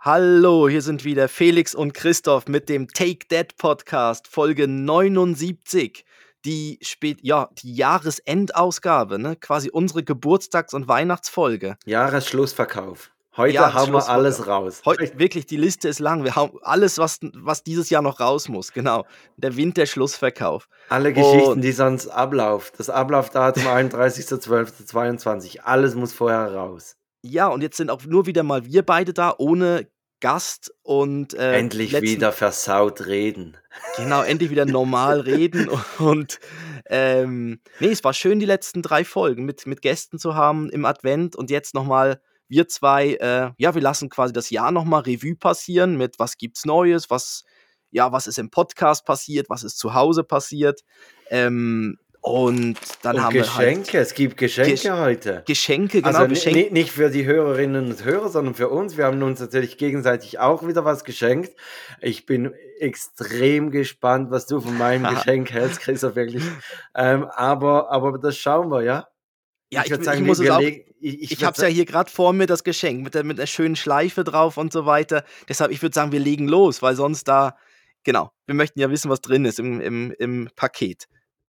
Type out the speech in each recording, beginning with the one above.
Hallo, hier sind wieder Felix und Christoph mit dem Take That Podcast, Folge 79. Die Jahresendausgabe, ne? Quasi unsere Geburtstags- und Weihnachtsfolge. Jahresschlussverkauf. Heute hauen wir Jahresschlussfolge. alles raus. Heute wirklich, die Liste ist lang. Wir hauen alles, was dieses Jahr noch raus muss. Genau. Der Winterschlussverkauf. Alle Geschichten, die sonst ablaufen. Das Ablaufdatum 31.12.22. Alles muss vorher raus. Ja, und jetzt sind auch nur wieder mal wir beide da, ohne Gast und Endlich wieder versaut reden. Genau, endlich wieder normal reden und es war schön, die letzten 3 Folgen mit Gästen zu haben im Advent und jetzt nochmal wir zwei, wir lassen quasi das Jahr nochmal Revue passieren mit was gibt's Neues, was ist im Podcast passiert, was ist zu Hause passiert, und dann Und haben Geschenke, wir halt es gibt Geschenke heute. Geschenke, genau, Also Geschenke. nicht für die Hörerinnen und Hörer, sondern für uns. Wir haben uns natürlich gegenseitig auch wieder was geschenkt. Ich bin extrem gespannt, was du von meinem Geschenk hältst, Christoph, wirklich. Aber das schauen wir, ja? Ja, würd ich muss es auch. Ich habe es ja hier gerade vor mir, das Geschenk, mit einer schönen Schleife drauf und so weiter. Deshalb, ich würde sagen, wir legen los, weil sonst wir möchten ja wissen, was drin ist im Paket.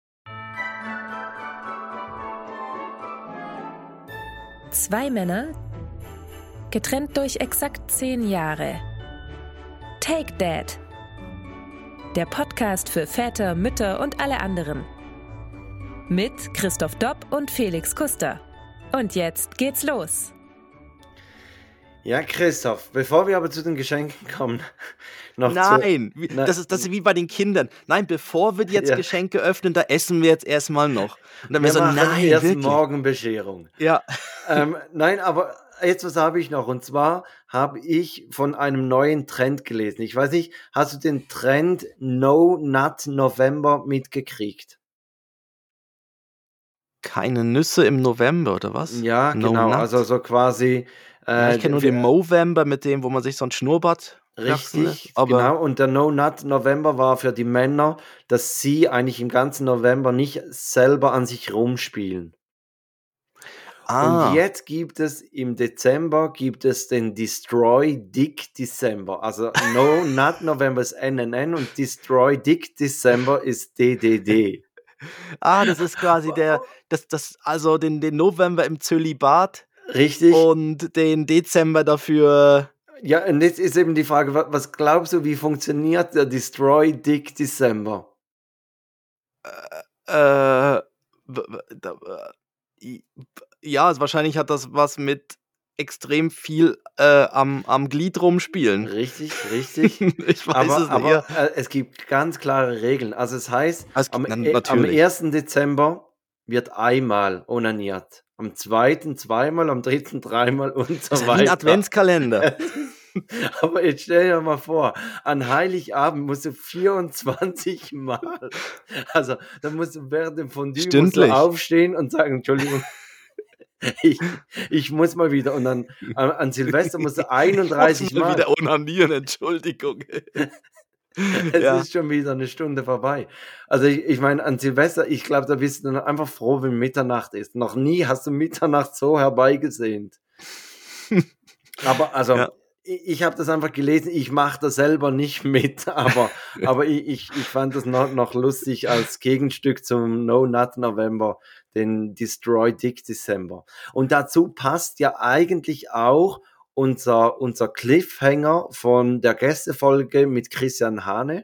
Zwei Männer, getrennt durch exakt 10 Jahre. Take That. Der Podcast für Väter, Mütter und alle anderen. Mit Christoph Dopp und Felix Kuster. Und jetzt geht's los. Ja, Christoph, bevor wir aber zu den Geschenken kommen, das ist wie bei den Kindern. Nein, bevor wir jetzt Geschenke öffnen, da essen wir jetzt erstmal noch. Und dann wir machen erst wirklich? Morgenbescherung. Ja. Nein, aber jetzt, was habe ich noch? Und zwar habe ich von einem neuen Trend gelesen. Ich weiß nicht, hast du den Trend No Nut November mitgekriegt? Keine Nüsse im November, oder was? Ja, No genau. Nut? Also so quasi. Ich kenne nur den Movember, mit dem, wo man sich so ein Schnurrbart Richtig, aber genau. Und der No Nut November war für die Männer, dass sie eigentlich im ganzen November nicht selber an sich rumspielen. Und jetzt gibt es im Dezember den Destroy Dick December. Also No Nut November ist NNN und Destroy Dick December ist DDD. Das ist quasi also den November im Zölibat. Richtig. Und den Dezember dafür. Ja, und jetzt ist eben die Frage, was glaubst du, wie funktioniert der Destroy Dick December? Wahrscheinlich hat das was mit extrem viel am Glied rumspielen. Richtig. Ich weiß es nicht. Aber es gibt ganz klare Regeln. Also es heißt, am 1. Dezember wird einmal onaniert. Am 2. zweimal, am 3. dreimal und so weiter. Das ist wie ein Adventskalender. Aber jetzt stell dir mal vor, an Heiligabend musst du 24 Mal, also da musst du während dem Fondue aufstehen und sagen, Entschuldigung, ich muss mal wieder. Und dann an Silvester musst du 31 Mal wieder onanieren, Entschuldigung. Es ist schon wieder eine Stunde vorbei. Also ich meine, an Silvester, ich glaube, da bist du dann einfach froh, wenn Mitternacht ist. Noch nie hast du Mitternacht so herbeigesehnt. Aber ich habe das einfach gelesen, ich mache das selber nicht mit, aber ich fand das noch lustig als Gegenstück zum No Nut November, den Destroy Dick December. Und dazu passt ja eigentlich auch unser Cliffhanger von der Gästefolge mit Christian Hane,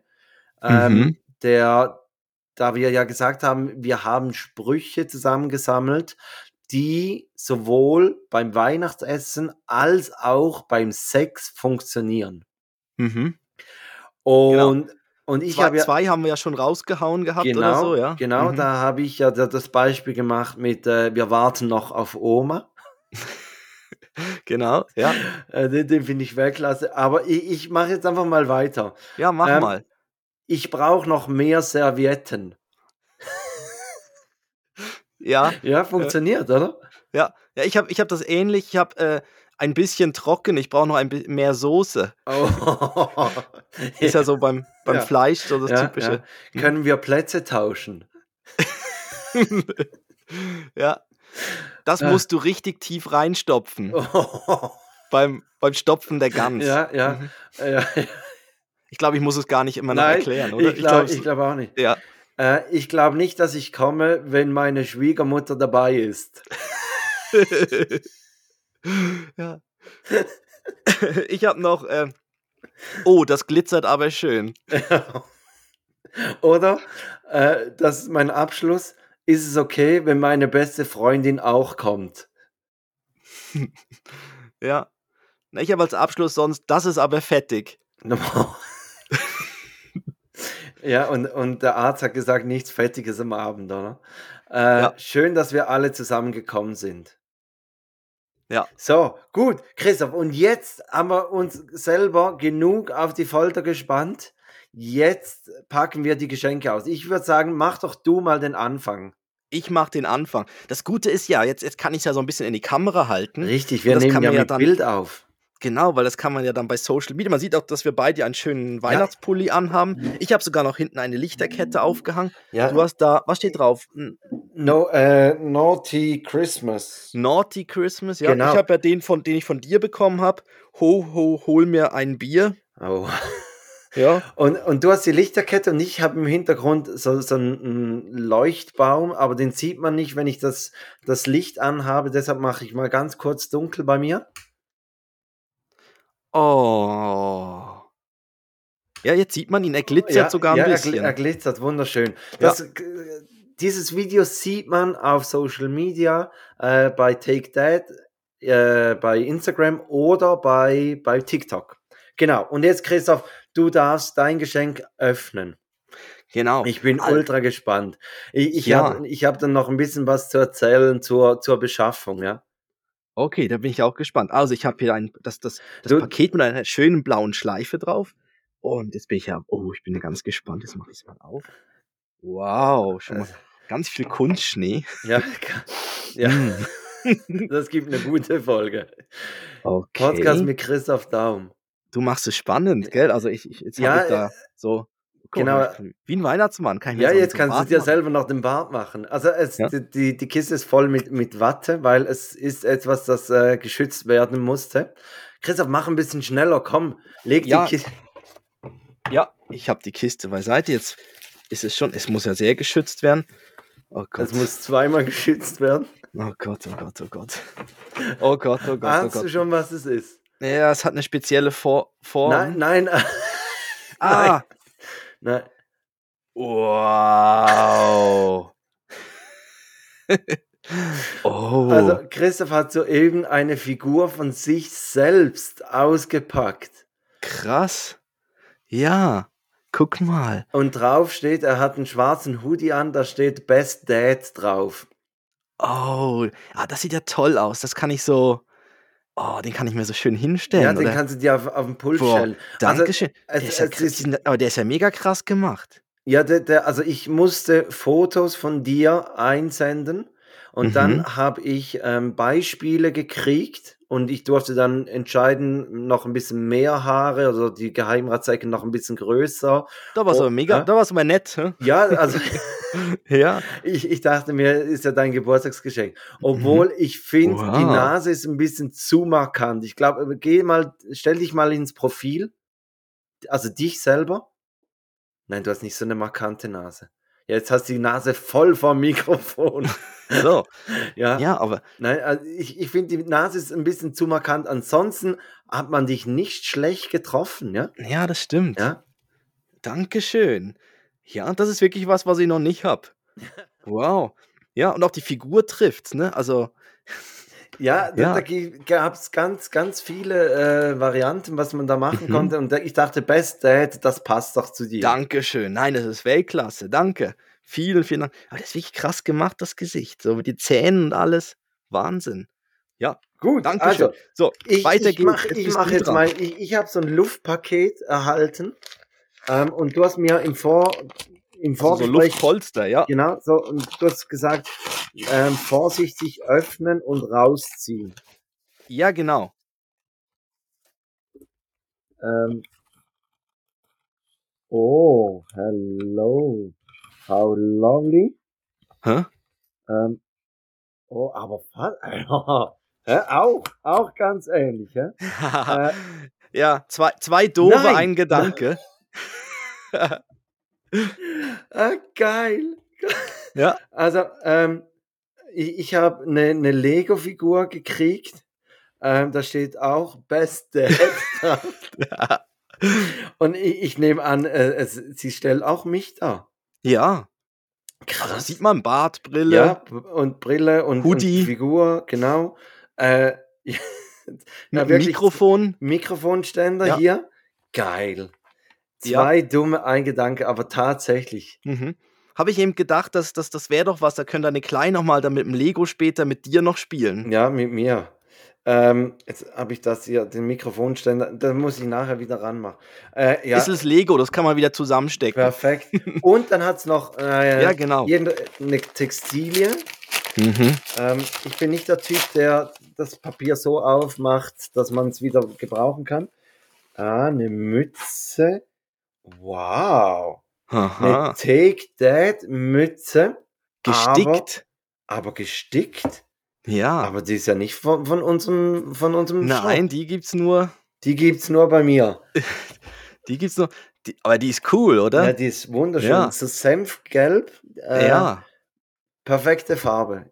da wir ja gesagt haben, wir haben Sprüche zusammengesammelt, die sowohl beim Weihnachtsessen als auch beim Sex funktionieren. Mhm. Und ich habe zwei haben wir ja schon rausgehauen gehabt oder so, ja. Genau, da habe ich ja das Beispiel gemacht mit wir warten noch auf Oma. Genau, ja. Den finde ich Weltklasse. Aber ich mache jetzt einfach mal weiter. Ja, mach mal. Ich brauche noch mehr Servietten. Ja. Ja, funktioniert, oder? Ja, ich hab das ähnlich. Ich habe ein bisschen trocken. Ich brauche noch mehr Soße. Oh. Ist ja so beim Fleisch so das Typische. Ja. Können wir Plätze tauschen? Ja. Das musst du richtig tief reinstopfen. beim Stopfen der Gans. Ja. Ja. Ich glaube, ich muss es gar nicht immer noch Nein, erklären, oder? ich glaube auch nicht. Ja. Ich glaube nicht, dass ich komme, wenn meine Schwiegermutter dabei ist. Ja. Ich habe noch, das glitzert aber schön. Oder, das ist mein Abschluss. Ist es okay, wenn meine beste Freundin auch kommt? Ja. Na, ich habe als Abschluss sonst, das ist aber fettig. Ja, und der Arzt hat gesagt, nichts Fettiges am Abend, oder? Ja. Schön, dass wir alle zusammengekommen sind. Ja. So, gut, Christoph, und jetzt haben wir uns selber genug auf die Folter gespannt. Jetzt packen wir die Geschenke aus. Ich würde sagen, mach doch du mal den Anfang. Ich mache den Anfang. Das Gute ist ja, jetzt kann ich es ja so ein bisschen in die Kamera halten. Richtig, Und wir das nehmen kann ja man ja mit dann- Bild auf. Genau, weil das kann man ja dann bei Social Media. Man sieht auch, dass wir beide einen schönen Weihnachtspulli anhaben. Ich habe sogar noch hinten eine Lichterkette aufgehangen. Ja. Du hast da, was steht drauf? Naughty Christmas. Naughty Christmas, ja. Genau. Ich habe ja den ich von dir bekommen habe. Hol mir ein Bier. Oh. Ja. Und du hast die Lichterkette und ich habe im Hintergrund so einen Leuchtbaum, aber den sieht man nicht, wenn ich das Licht anhabe. Deshalb mache ich mal ganz kurz dunkel bei mir. Oh. Ja, jetzt sieht man ihn, er glitzert sogar ein bisschen. Er glitzert, wunderschön. Ja. Dieses Video sieht man auf Social Media, bei Take That, bei Instagram oder bei TikTok. Genau, und jetzt Christoph, du darfst dein Geschenk öffnen. Genau. Ich bin ultra gespannt. Ich Ja. hab dann noch ein bisschen was zu erzählen zur Beschaffung, ja. Okay, da bin ich auch gespannt. Also ich habe hier das Du- Paket mit einer schönen blauen Schleife drauf. Und jetzt bin ich ich bin ja ganz gespannt. Jetzt mache ich es mal auf. Wow, schon mal ganz viel Kunstschnee. Ja, ja. Mm. Das gibt eine gute Folge. Okay. Podcast mit Christoph Daum. Du machst es spannend, gell? Also jetzt Ja, habe ich da so. genau. Wie ein Weihnachtsmann kann ich mir Ja, so jetzt so kannst du Bart dir machen. selber noch den Bart machen. Also Ja. die Kiste ist voll mit Watte, weil es ist etwas, das geschützt werden musste. Christoph, mach ein bisschen schneller, komm, leg Ja. die Kiste. Ja, ich habe die Kiste beiseite. Jetzt ist es muss ja sehr geschützt werden. Oh Gott. Es muss zweimal geschützt werden. Oh Gott, oh Gott, oh Gott. Oh Gott, oh Gott, oh Ahnst du Gott. schon, was es ist? Ja, es hat eine spezielle Form. Nein. Ah! Nein. Wow! Oh. Also Christoph hat soeben eine Figur von sich selbst ausgepackt. Krass. Ja, guck mal. Und drauf steht, er hat einen schwarzen Hoodie an, da steht Best Dad drauf. Oh, das sieht ja toll aus. Das kann ich so. Oh, den kann ich mir so schön hinstellen. Ja, den oder? kannst du dir auf den Pult Boah, stellen. Dankeschön. Also, Aber der ist ja mega krass gemacht. Ja, also ich musste Fotos von dir einsenden und dann habe ich Beispiele gekriegt und ich durfte dann entscheiden, noch ein bisschen mehr Haare, also die Geheimratsecken noch ein bisschen größer. Da war es aber mega, da war es aber nett. Hä? Ja, also Ja. ich dachte mir, ist ja dein Geburtstagsgeschenk. Obwohl ich finde, Wow. die Nase ist ein bisschen zu markant. Ich glaube, stell dich mal ins Profil, also dich selber. Nein, du hast nicht so eine markante Nase. Ja, jetzt hast du die Nase voll vom Mikrofon. So. Ja. Ja, aber Nein, also ich finde, die Nase ist ein bisschen zu markant. Ansonsten hat man dich nicht schlecht getroffen, ja? ja, das stimmt. Ja. Dankeschön. Ja, das ist wirklich was ich noch nicht habe. Wow. Ja, und auch die Figur trifft's, ne? Also, Ja, Ja. da gab es ganz, ganz viele Varianten, was man da machen konnte. Und ich dachte, Best Dad, das passt doch zu dir. Dankeschön. Nein, das ist Weltklasse. Danke. Vielen, vielen Dank. Aber das ist wirklich krass gemacht, das Gesicht. So mit den Zähnen und alles. Wahnsinn. Ja, Gut, Dankeschön. also So, weiter ich mache geht's. mach jetzt mal, ich habe so ein Luftpaket erhalten und du hast mir im so Vorgespräch, Luftpolster, ja. genau, so, und du hast gesagt, vorsichtig öffnen und rausziehen. Ja, genau. Oh, hello, how lovely. Hä? Oh, aber Auch ganz ähnlich. Ja, ja, zwei Doofe, nein. ein Gedanke. Geil. Ja. Also, ich habe eine Lego-Figur gekriegt. Da steht auch Best Dad drauf. Ja. Und ich nehme an, sie stellt auch mich da. Ja. Krass. Also sieht man Bart, Brille. Ja, und Brille und Hoodie. Und Figur, genau. Mit Mikrofon. Mikrofonständer Ja. hier. Geil. Zwei dumme Eingedanke, aber tatsächlich. Habe ich eben gedacht, das wäre doch was, da könnte eine Kleine nochmal dann mit dem Lego später mit dir noch spielen. Ja, mit mir. Jetzt habe ich das hier, den Mikrofonständer, da muss ich nachher wieder ranmachen. Ja, Ist es Lego, das kann man wieder zusammenstecken. perfekt. Und dann hat es noch Ja, genau. eine Textilie. Ich bin nicht der Typ, der das Papier so aufmacht, dass man es wieder gebrauchen kann. Eine Mütze. Wow. Aha. Eine Take That Mütze. Gestickt. Aber gestickt. Ja. Aber die ist ja nicht von unserem Nein, Shop. die gibt's nur. Die gibt's nur bei mir. Die gibt's nur. Aber die ist cool, oder? Ja, die ist wunderschön. Ja. So senfgelb. Ja. Perfekte Farbe.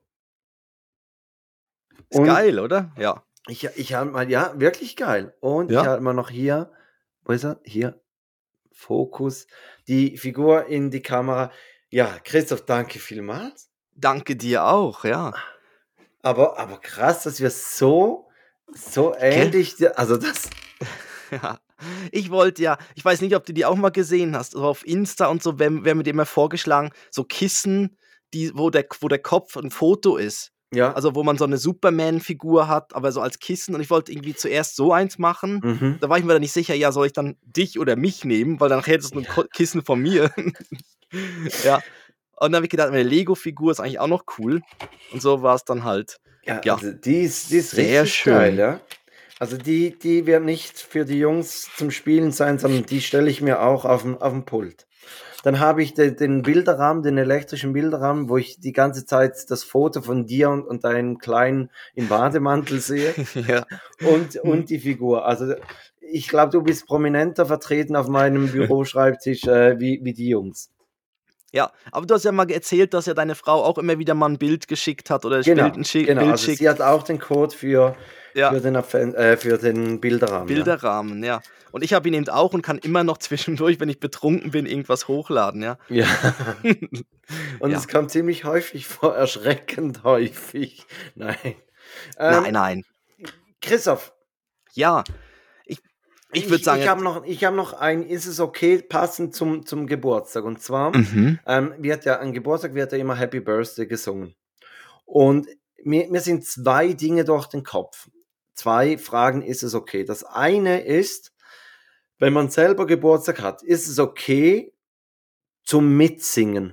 Ist geil, oder? Ja. Ich habe mal, ja, wirklich geil. Und Ja. ich habe mal noch hier, wo ist er? Hier, Fokus, die Figur in die Kamera. Ja, Christoph, danke vielmals. Danke dir auch, ja. Aber krass, dass wir so ähnlich, also das. Ja. Ich wollte ja, ich weiß nicht, ob du die auch mal gesehen hast, also auf Insta und so, wer mir die immer vorgeschlagen, so Kissen, wo der Kopf ein Foto ist. Ja. Also wo man so eine Superman-Figur hat, aber so als Kissen. Und ich wollte irgendwie zuerst so eins machen. Da war ich mir dann nicht sicher, ja, soll ich dann dich oder mich nehmen, weil dann hättest du ein Kissen von mir. Ja. Und dann habe ich gedacht, eine Lego-Figur ist eigentlich auch noch cool. Und so war es dann halt. Ja, Ja. also die ist Sehr richtig schön. geil, ja. Also die wird nicht für die Jungs zum Spielen sein, sondern die stelle ich mir auch auf dem Pult. Dann habe ich den Bilderrahmen, den elektrischen Bilderrahmen, wo ich die ganze Zeit das Foto von dir und deinem Kleinen im Bademantel sehe. Ja. Und die Figur. Also ich glaube, du bist prominenter vertreten auf meinem Büroschreibtisch wie die Jungs. Ja, aber du hast ja mal erzählt, dass ja deine Frau auch immer wieder mal ein Bild geschickt hat oder Genau, Bild schickt. Also sie hat auch den Code für den Bilderrahmen. Bilderrahmen, ja. Und ich habe ihn eben auch und kann immer noch zwischendurch, wenn ich betrunken bin, irgendwas hochladen, ja. Ja. Und Ja. es kommt ziemlich häufig vor, erschreckend häufig. Nein. Nein. Christoph. Ja. Ich würde sagen. Ich habe noch ein, ist es okay, passend zum Geburtstag. Und zwar, an Geburtstag wird ja immer Happy Birthday gesungen. Und mir sind zwei Dinge durch den Kopf. Zwei Fragen, ist es okay? Das eine ist, wenn man selber Geburtstag hat, ist es okay zum Mitsingen?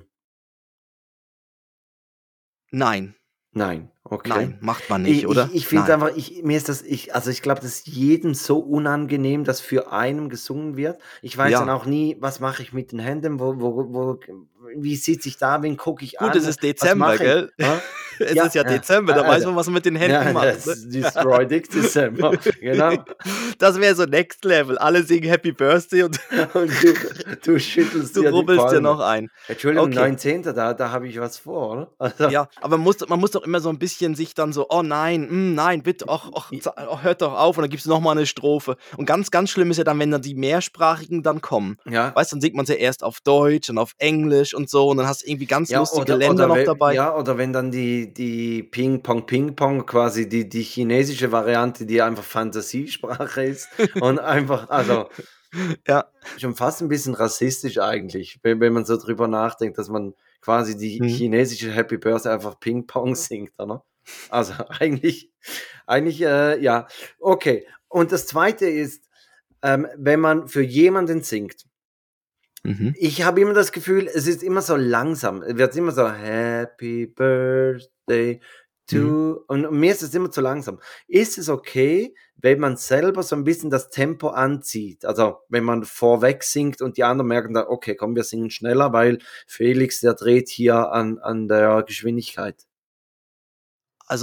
Nein. Nein, okay. Nein, macht man nicht, oder? Ich finde einfach, ich glaube, das ist jedem so unangenehm, dass für einen gesungen wird. Ich weiß dann auch nie, was mache ich mit den Händen, wie sitze ich da, wen gucke ich an? Gut, es ist Dezember, gell? Es ist ja Dezember, da weiß man, was man mit den Händen macht. Das ist Destroy Dick Dezember, genau. Das wäre so Next Level. Alle singen Happy Birthday und du schüttelst du rubbelst dir noch ein. Entschuldigung, Okay. 19. Da habe ich was vor, oder? Also, Ja, aber man muss doch immer so ein bisschen sich dann so, oh nein, bitte, hört doch auf, und dann gibt es nochmal eine Strophe. Und ganz, ganz schlimm ist ja dann, wenn dann die Mehrsprachigen dann kommen. ja. Weißt du, dann singt man sie erst auf Deutsch und auf Englisch und so, und dann hast du irgendwie ganz lustige Länder noch dabei. Ja, oder wenn dann die Ping-Pong quasi die chinesische Variante, die einfach Fantasiesprache ist und einfach, also Ja. schon fast ein bisschen rassistisch eigentlich, wenn man so drüber nachdenkt, dass man quasi die chinesische Happy Birthday einfach Ping-Pong singt, oder? Also eigentlich, ja. Okay, und das Zweite ist, wenn man für jemanden singt, ich habe immer das Gefühl, es ist immer so langsam. Es wird immer so Happy Birthday to... Und mir ist es immer zu langsam. Ist es okay, wenn man selber so ein bisschen das Tempo anzieht? Also wenn man vorweg singt und die anderen merken dann, okay, komm, wir singen schneller, weil Felix, der dreht hier an der Geschwindigkeit. Also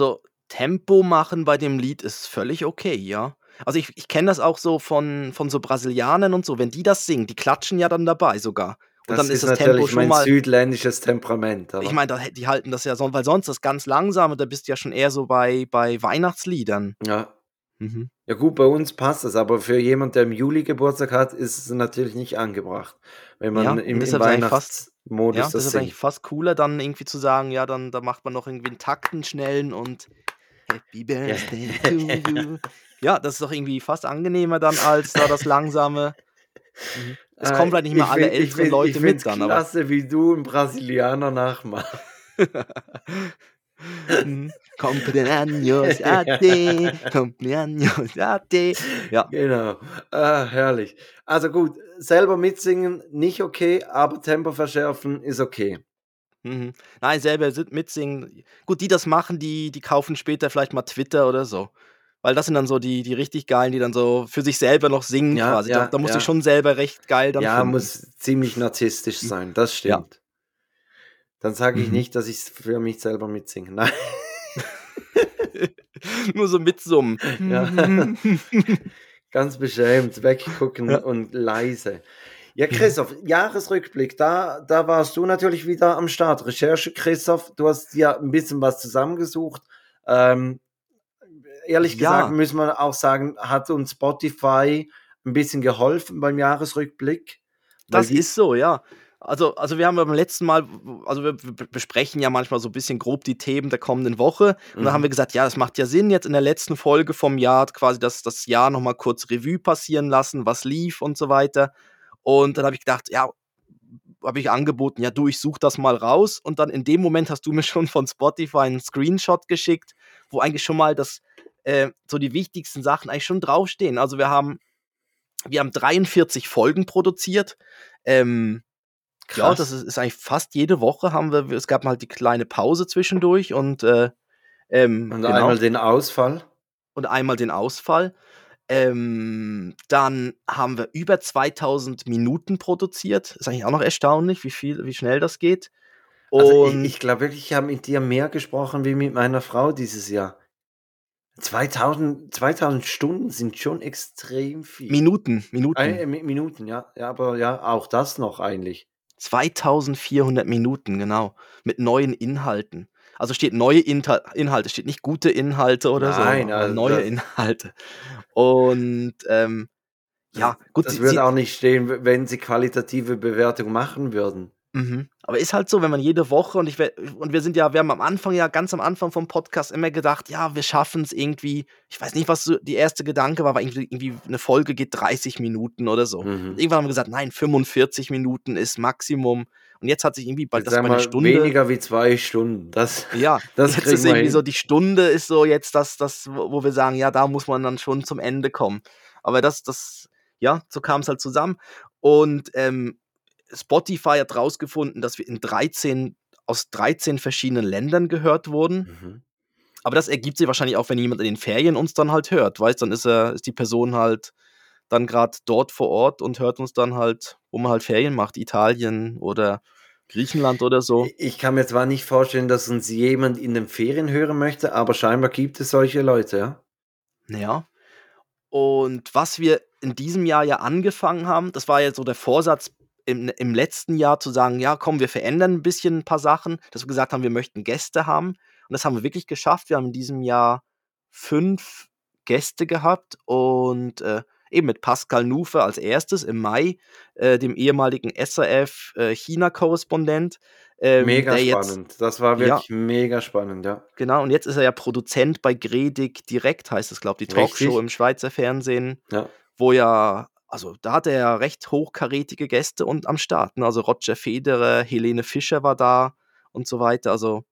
Tempo machen bei dem Lied ist völlig okay, ja. Also ich kenne das auch so von so Brasilianern und so, wenn die das singen, die klatschen ja dann dabei sogar. Und Das dann ist ist das Tempo natürlich schon mein mal, südländisches Temperament, ich oder? meine, die halten das ja so, weil sonst das ganz langsam und da bist du ja schon eher so bei Weihnachtsliedern. Ja. Mhm. Ja gut, bei uns passt das, aber für jemand, der im Juli Geburtstag hat, ist es natürlich nicht angebracht, wenn man Ja, und im deshalb ist eigentlich fast, Weihnachtsmodus ja, das deshalb eigentlich singt. fast cooler, dann irgendwie zu sagen, ja, dann da macht man noch irgendwie einen Takt, 'n schnellen und Happy Ja. Birthday to you. Ja, das ist doch irgendwie fast angenehmer dann als da das langsame. Mhm. Es kommen vielleicht nicht mehr alle älteren Ich Leute finde mit es dann, aber klasse, wie du 'n Brasilianer nachmachst. mhm. Cumpleaños a Ja. ti, cumpleaños a ti. Ja. Genau. Ah, herrlich. Also gut, selber mitsingen nicht okay, aber Tempo verschärfen ist okay. Mhm. Nein, selber mitsingen. Gut, die das machen, die kaufen später vielleicht mal Twitter oder so. Weil das sind dann so die richtig Geilen, die dann so für sich selber noch singen Ja, quasi. Da ja, da musst du dich ja. schon selber recht geil dann Ja, finden. muss ziemlich narzisstisch Mhm. sein, das Ja. stimmt. Dann sage ich Mhm. nicht, dass ich's für mich selber mitsinge. Nein. Nur so mitsummen. Ja. Ganz beschämt, weggucken Ja. und leise. Ja, Mhm. Christoph, Jahresrückblick, da warst du natürlich wieder am Start. Recherche, Christoph, du hast dir ein bisschen was zusammengesucht. Ähm, ehrlich gesagt Ja, müssen wir auch sagen, hat uns Spotify ein bisschen geholfen beim Jahresrückblick, weil das die ist so, ja. Also wir haben beim letzten Mal also wir besprechen ja manchmal so 'n bisschen grob die Themen der kommenden Woche und dann haben mhm, wir gesagt: „Ja, es macht ja Sinn, jetzt in der letzten Folge vom Jahr quasi das Jahr noch mal kurz Revue passieren lassen, was lief und so weiter.“ Und dann habe ich gedacht, ja, habe ich angeboten: „Ja, du, ich suche das mal raus.“ Und dann in dem Moment hast du mir schon von Spotify 'n Screenshot geschickt, wo eigentlich schon mal so die wichtigsten Sachen eigentlich schon draufstehen. Also, wir haben 43 Folgen produziert. Ähm, ja, das krass. ist eigentlich fast jede Woche haben wir es gab mal die kleine Pause zwischendurch und, Und einmal genau, den Ausfall. und einmal den Ausfall. Dann haben wir über 2000 Minuten produziert. Ist eigentlich auch noch erstaunlich, wie schnell das geht. Also, Und ich glaube wirklich, ich habe mit dir mehr gesprochen wie mit meiner Frau dieses Jahr. 2000 Stunden sind schon extrem viel. Minuten. Mi Minuten, ja. Ja, aber ja, auch das noch eigentlich. 2400 Minuten, genau, mit neuen Inhalten. Also, steht neue Inhalte, steht nicht gute Inhalte oder so, Nein, aber also neue Inhalte. Und, ja, gut, das würde auch nicht stehen, w wenn sie qualitative Bewertung machen würden. Aber ist halt so, wenn man jede Woche und wir haben am Anfang ja ganz am Anfang vom Podcast immer gedacht: „Ja, wir schaffen es irgendwie.“ Ich weiß nicht, was so die erste Gedanke war, aber irgendwie 'ne Folge geht 30 Minuten oder so. Und Mhm. irgendwann haben wir gesagt: „Nein, 45 Minuten ist Maximum.“ Und jetzt hat sich irgendwie Jetzt das sagen bei 'ner wir Stunde. weniger wie 2 Stunden. Das Ja, das jetzt ist kriegen wir irgendwie so hin. die Stunde ist so jetzt das, wo wir sagen: „Ja, da muss man dann schon zum Ende kommen.“ Aber ja, so kam's halt zusammen. Und, Spotify hat rausgefunden, dass wir aus 13 verschiedenen Ländern gehört wurden. Mhm. Aber das ergibt sich wahrscheinlich auch, wenn jemand in den Ferien uns dann halt hört, weißt, dann ist die Person halt dann grad dort vor Ort und hört uns dann halt, wo man halt Ferien macht, Italien oder Griechenland oder so. Ich kann mir zwar nicht vorstellen, dass uns jemand in den Ferien hören möchte, aber scheinbar gibt es solche Leute, ja? Ja. Und was wir in diesem Jahr ja angefangen haben, das war ja so der Vorsatz im letzten Jahr zu sagen: „Ja, komm, wir verändern ein bisschen ein paar Sachen“, dass wir gesagt haben, wir möchten Gäste haben. Und das haben wir wirklich geschafft. Wir haben in diesem Jahr 5 Gäste gehabt und, eben mit Pascal Nufe als erstes im Mai, dem ehemaligen SRF, China-Korrespondent, Mega der jetzt spannend. Das war ja, wirklich mega spannend, ja. genau, und jetzt ist er ja Produzent bei Gredig Direkt, heißt es, glaube ich, die Talkshow Richtig? im Schweizer Fernsehen, Ja. wo ja also, da hat er ja recht hochkarätige Gäste und am Start, ne? Also, Roger Federer, Helene Fischer war da und so weiter. Also,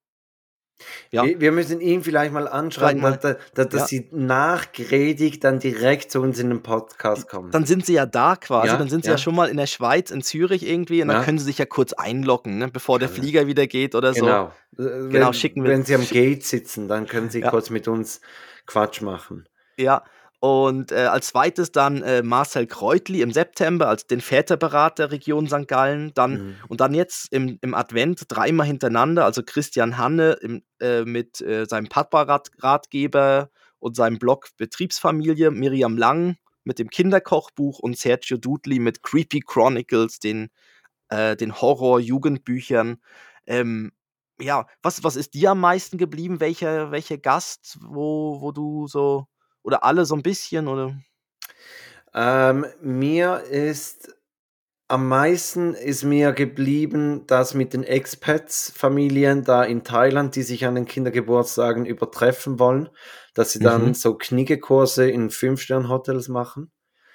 ja, Wir müssen ihn vielleicht mal vielleicht anschreiben, mal dass ja, sie nach Gredig dann direkt zu uns in den Podcast kommen. dann sind sie ja da quasi, dann Ja, sind sie ja ja, schon mal in der Schweiz, in Zürich irgendwie und dann ja. können sie sich ja kurz einloggen, ne, bevor der Kann Flieger wieder geht oder so. genau. Genau, schicken wir Wenn sie am Gate sitzen, dann können sie ja. kurz mit uns Quatsch machen. Ja, Und als zweites dann Marcel Kreutli im September als den Väterberat der Region St. Gallen. Und dann jetzt im Advent dreimal hintereinander, also Christian Hanne mit seinem Papa-Ratgeber und seinem Blog Betriebsfamilie, Miriam Lang mit dem Kinderkochbuch und Sergio Dudley mit Creepy Chronicles, den Horror-Jugendbüchern. Ja, was ist dir am meisten geblieben? Welcher Gast, wo du so, oder alle so ein bisschen, oder? Mir ist am meisten ist mir geblieben, das mit den Expats-Familien da in Thailand, die sich an den Kindergeburtstagen übertreffen wollen, dass sie dann so Kniggekurse in 5-Sterne-Hotels machen.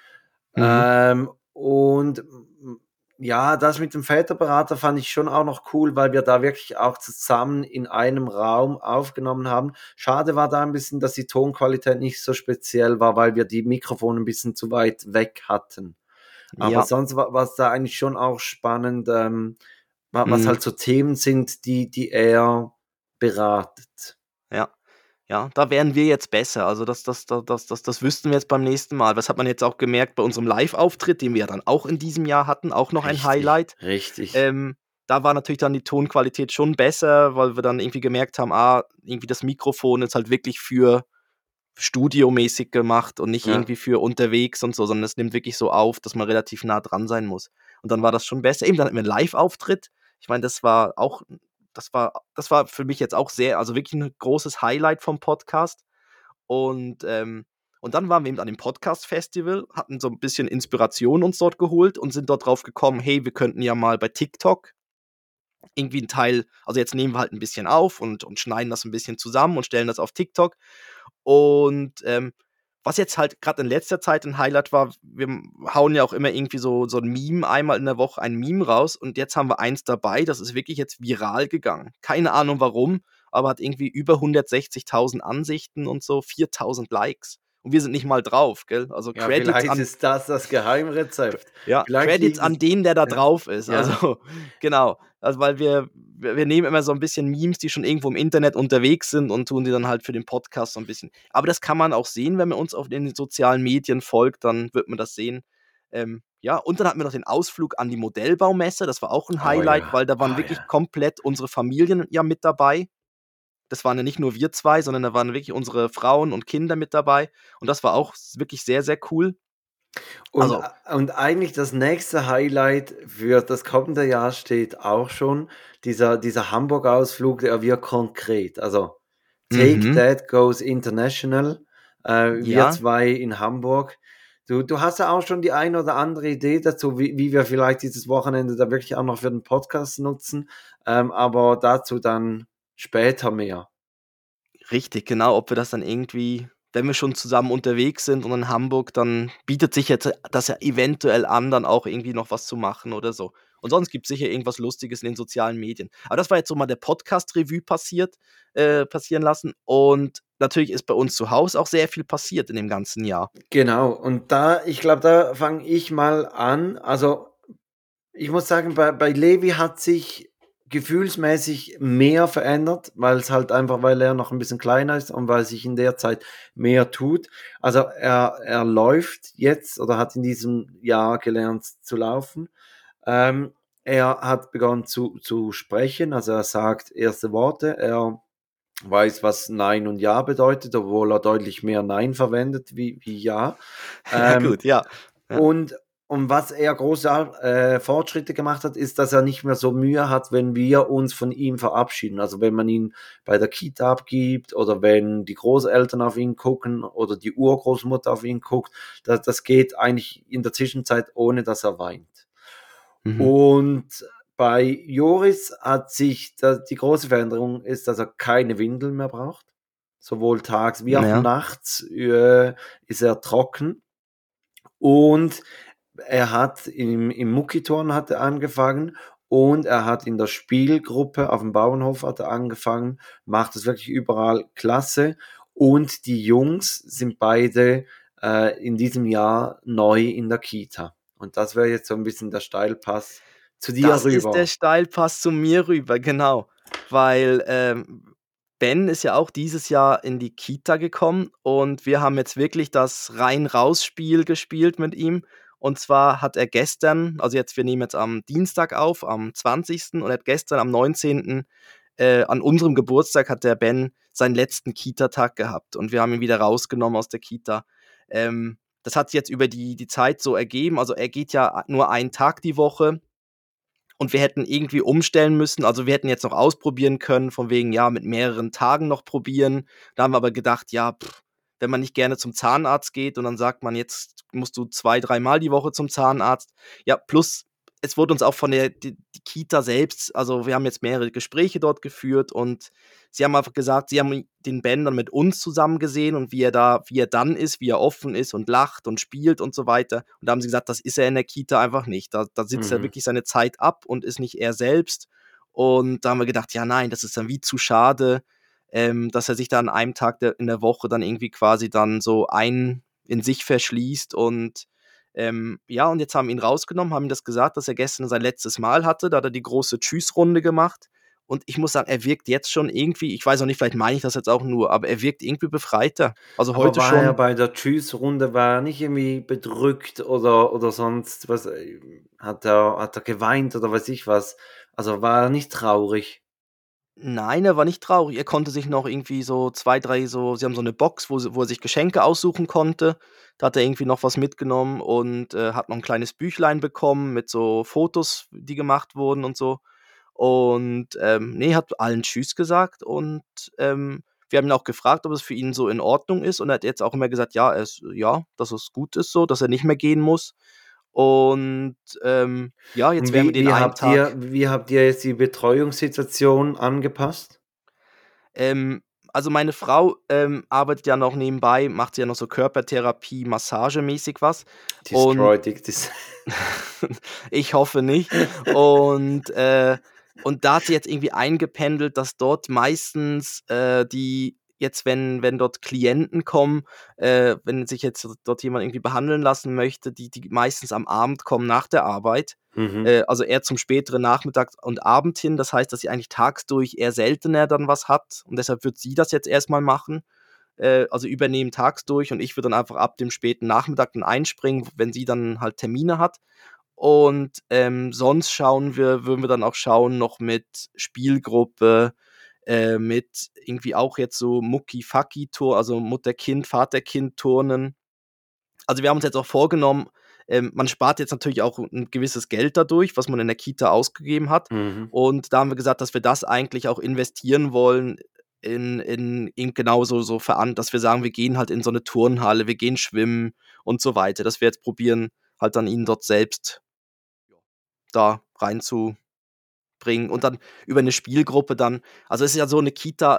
Und ja, das mit dem Väterberater fand ich schon auch noch cool, weil wir da wirklich auch zusammen in einem Raum aufgenommen haben. Schade war da ein bisschen, dass die Tonqualität nicht so speziell war, weil wir die Mikrofone ein bisschen zu weit weg hatten. Aber Ja. sonst war es da eigentlich schon auch spannend, was halt so Themen sind, die er beratet. Ja, da wären wir jetzt besser. Also das wüssten wir jetzt beim nächsten Mal. Das hat man jetzt auch gemerkt bei unserem Live-Auftritt, den wir ja dann auch in diesem Jahr hatten, auch noch ein Highlight. Richtig. Da war natürlich dann die Tonqualität schon besser, weil wir dann irgendwie gemerkt haben, irgendwie das Mikrofon ist halt wirklich für studiomäßig gemacht und nicht irgendwie für unterwegs und so, sondern es nimmt wirklich so auf, dass man relativ nah dran sein muss. Und dann war das schon besser. Eben, dann hatten wir einen Live-Auftritt. Ich meine, das war für mich jetzt auch also wirklich ein großes Highlight vom Podcast. Und dann waren wir eben an dem Podcast-Festival, hatten so ein bisschen Inspiration uns dort geholt und sind dort drauf gekommen, hey, wir könnten ja mal bei TikTok irgendwie einen Teil, also jetzt nehmen wir halt ein bisschen auf und schneiden das ein bisschen zusammen und stellen das auf TikTok. Und was jetzt halt gerade in letzter Zeit ein Highlight war, wir hauen ja auch immer irgendwie so ein Meme, einmal in der Woche ein Meme raus, und jetzt haben wir eins dabei, das ist wirklich jetzt viral gegangen. Keine Ahnung warum, aber hat irgendwie über 160.000 Ansichten und so, 4.000 Likes. Und wir sind nicht mal drauf, gell? Also Ja, Credits vielleicht ist das Geheimrezept. ja, Vielleicht Credits an den, der da drauf ist. Ja. Also, genau. Also, weil wir nehmen immer so ein bisschen Memes, die schon irgendwo im Internet unterwegs sind, und tun die dann halt für den Podcast so ein bisschen. Aber das kann man auch sehen, wenn man uns auf den sozialen Medien folgt, dann wird man das sehen. Ja, und dann hatten wir noch den Ausflug an die Modellbaumesse. Das war auch ein Highlight, ja. weil da waren wirklich komplett unsere Familien ja mit dabei. Das waren ja nicht nur wir zwei, sondern da waren wirklich unsere Frauen und Kinder mit dabei. Und das war auch wirklich sehr, sehr cool. Und eigentlich das nächste Highlight für das kommende Jahr steht auch schon, dieser Hamburg-Ausflug, der wird konkret. Also Take That Goes International, wir zwei in Hamburg. Du hast ja auch schon die ein oder andere Idee dazu, wie wir vielleicht dieses Wochenende da wirklich auch noch für den Podcast nutzen, aber dazu dann später mehr. Richtig, genau, ob wir das dann irgendwie, wenn wir schon zusammen unterwegs sind und in Hamburg, dann bietet sich jetzt das ja eventuell an, dann auch irgendwie noch was zu machen oder so. Und sonst gibt es sicher irgendwas Lustiges in den sozialen Medien. Aber das war jetzt so mal der Podcast-Revue passieren lassen. Und natürlich ist bei uns zu Hause auch sehr viel passiert in dem ganzen Jahr. Genau, und ich glaube, da fange ich mal an. Also ich muss sagen, bei Levi hat sich gefühlsmäßig mehr verändert, weil er noch ein bisschen kleiner ist und weil sich in der Zeit mehr tut. Also er läuft jetzt oder hat in diesem Jahr gelernt zu laufen. Er hat begonnen zu sprechen, also er sagt erste Worte, er weiß, was Nein und Ja bedeutet, obwohl er deutlich mehr Nein verwendet wie Ja. Ja, gut, ja. Und was er große Fortschritte gemacht hat, ist, dass er nicht mehr so Mühe hat, wenn wir uns von ihm verabschieden. Also wenn man ihn bei der Kita abgibt oder wenn die Großeltern auf ihn gucken oder die Urgroßmutter auf ihn guckt. Das geht eigentlich in der Zwischenzeit, ohne dass er weint. Und bei Joris hat sich die große Veränderung ist, dass er keine Windeln mehr braucht. Sowohl tags wie auch nachts ist er trocken. Und er hat im Muckiturnen hat er angefangen und er hat in der Spielgruppe auf dem Bauernhof hat er angefangen, macht es wirklich überall klasse. Und die Jungs sind beide in diesem Jahr neu in der Kita. Und das wäre jetzt so ein bisschen der Steilpass zu dir rüber. Das ist der Steilpass zu mir rüber, genau. Weil Ben ist ja auch dieses Jahr in die Kita gekommen und wir haben jetzt wirklich das Rein-Raus-Spiel gespielt mit ihm. Und zwar hat er gestern, also wir nehmen jetzt am Dienstag auf, am 20. und er hat gestern am 19. An unserem Geburtstag hat der Ben seinen letzten Kita-Tag gehabt und wir haben ihn wieder rausgenommen aus der Kita. Das hat sich jetzt über die Zeit so ergeben, also er geht ja nur einen Tag die Woche. Und wir hätten irgendwie umstellen müssen, also wir hätten jetzt noch ausprobieren können, von wegen, ja, mit mehreren Tagen noch probieren. Da haben wir aber gedacht, ja, wenn man nicht gerne zum Zahnarzt geht und dann sagt man, jetzt musst du 2-3 Mal die Woche zum Zahnarzt. Ja, plus es wurde uns auch von die Kita selbst, also wir haben jetzt mehrere Gespräche dort geführt und sie haben einfach gesagt, sie haben den Ben dann mit uns zusammen gesehen und wie er dann ist, wie er offen ist und lacht und spielt und so weiter. Und da haben sie gesagt, das ist er in der Kita einfach nicht. Da sitzt er wirklich seine Zeit ab und ist nicht er selbst. Und da haben wir gedacht, ja nein, das ist dann wie zu schade, dass er sich da an einem Tag in der Woche dann irgendwie quasi dann so in sich verschließt und ja, und jetzt haben wir ihn rausgenommen, haben ihm das gesagt, dass er gestern sein letztes Mal hatte. Da hat er die große Tschüss-Runde gemacht. Und ich muss sagen, er wirkt jetzt schon irgendwie, ich weiß auch nicht, vielleicht meine ich das jetzt auch nur, aber er wirkt irgendwie befreiter. Also Aber heute war schon. er bei der Tschüss-Runde, war er nicht irgendwie bedrückt oder sonst was? Hat er geweint oder weiß ich was? Also war er nicht traurig? Nein, er war nicht traurig. Er konnte sich noch irgendwie so 2, 3 sie haben so eine Box, wo er sich Geschenke aussuchen konnte. Da hat er irgendwie noch was mitgenommen und, hat noch ein kleines Büchlein bekommen mit so Fotos, die gemacht wurden und so. Und, ne, hat allen Tschüss gesagt und, wir haben ihn auch gefragt, ob es für ihn so in Ordnung ist und er hat jetzt auch immer gesagt, ja, dass es gut ist so, dass er nicht mehr gehen muss. Und, ja, jetzt Und werden wir den einen Tag wie habt ihr jetzt die Betreuungssituation angepasst? Also meine Frau, arbeitet ja noch nebenbei, macht ja noch so Körpertherapie, massagemäßig was und Destroy Dictis. ich hoffe nicht. Und da hat sie jetzt irgendwie eingependelt, dass dort meistens, die jetzt, wenn dort Klienten kommen, wenn sich jetzt dort jemand irgendwie behandeln lassen möchte, die meistens am Abend kommen nach der Arbeit, also eher zum späteren Nachmittag und Abend hin. Das heißt, dass sie eigentlich tagsdurch eher seltener dann was hat und deshalb wird sie das jetzt erst mal machen, also übernehmen tagsdurch und ich würde dann einfach ab dem späten Nachmittag dann einspringen, wenn sie dann halt Termine hat. Und, sonst würden wir dann auch schauen noch mit Spielgruppe, mit irgendwie auch jetzt so Mucki-Fucki-Tour, also Mutter-Kind, Vater-Kind-Turnen. Also, wir haben uns jetzt auch vorgenommen, man spart jetzt natürlich auch ein gewisses Geld dadurch, was man in der Kita ausgegeben hat. Mhm. Und da haben wir gesagt, dass wir das eigentlich auch investieren wollen in genauso dass wir sagen, wir gehen halt in so eine Turnhalle, wir gehen schwimmen und so weiter. Dass wir jetzt probieren, halt dann ihn dort selbst da reinzubringen und dann über eine Spielgruppe dann, also, es ist ja so, eine Kita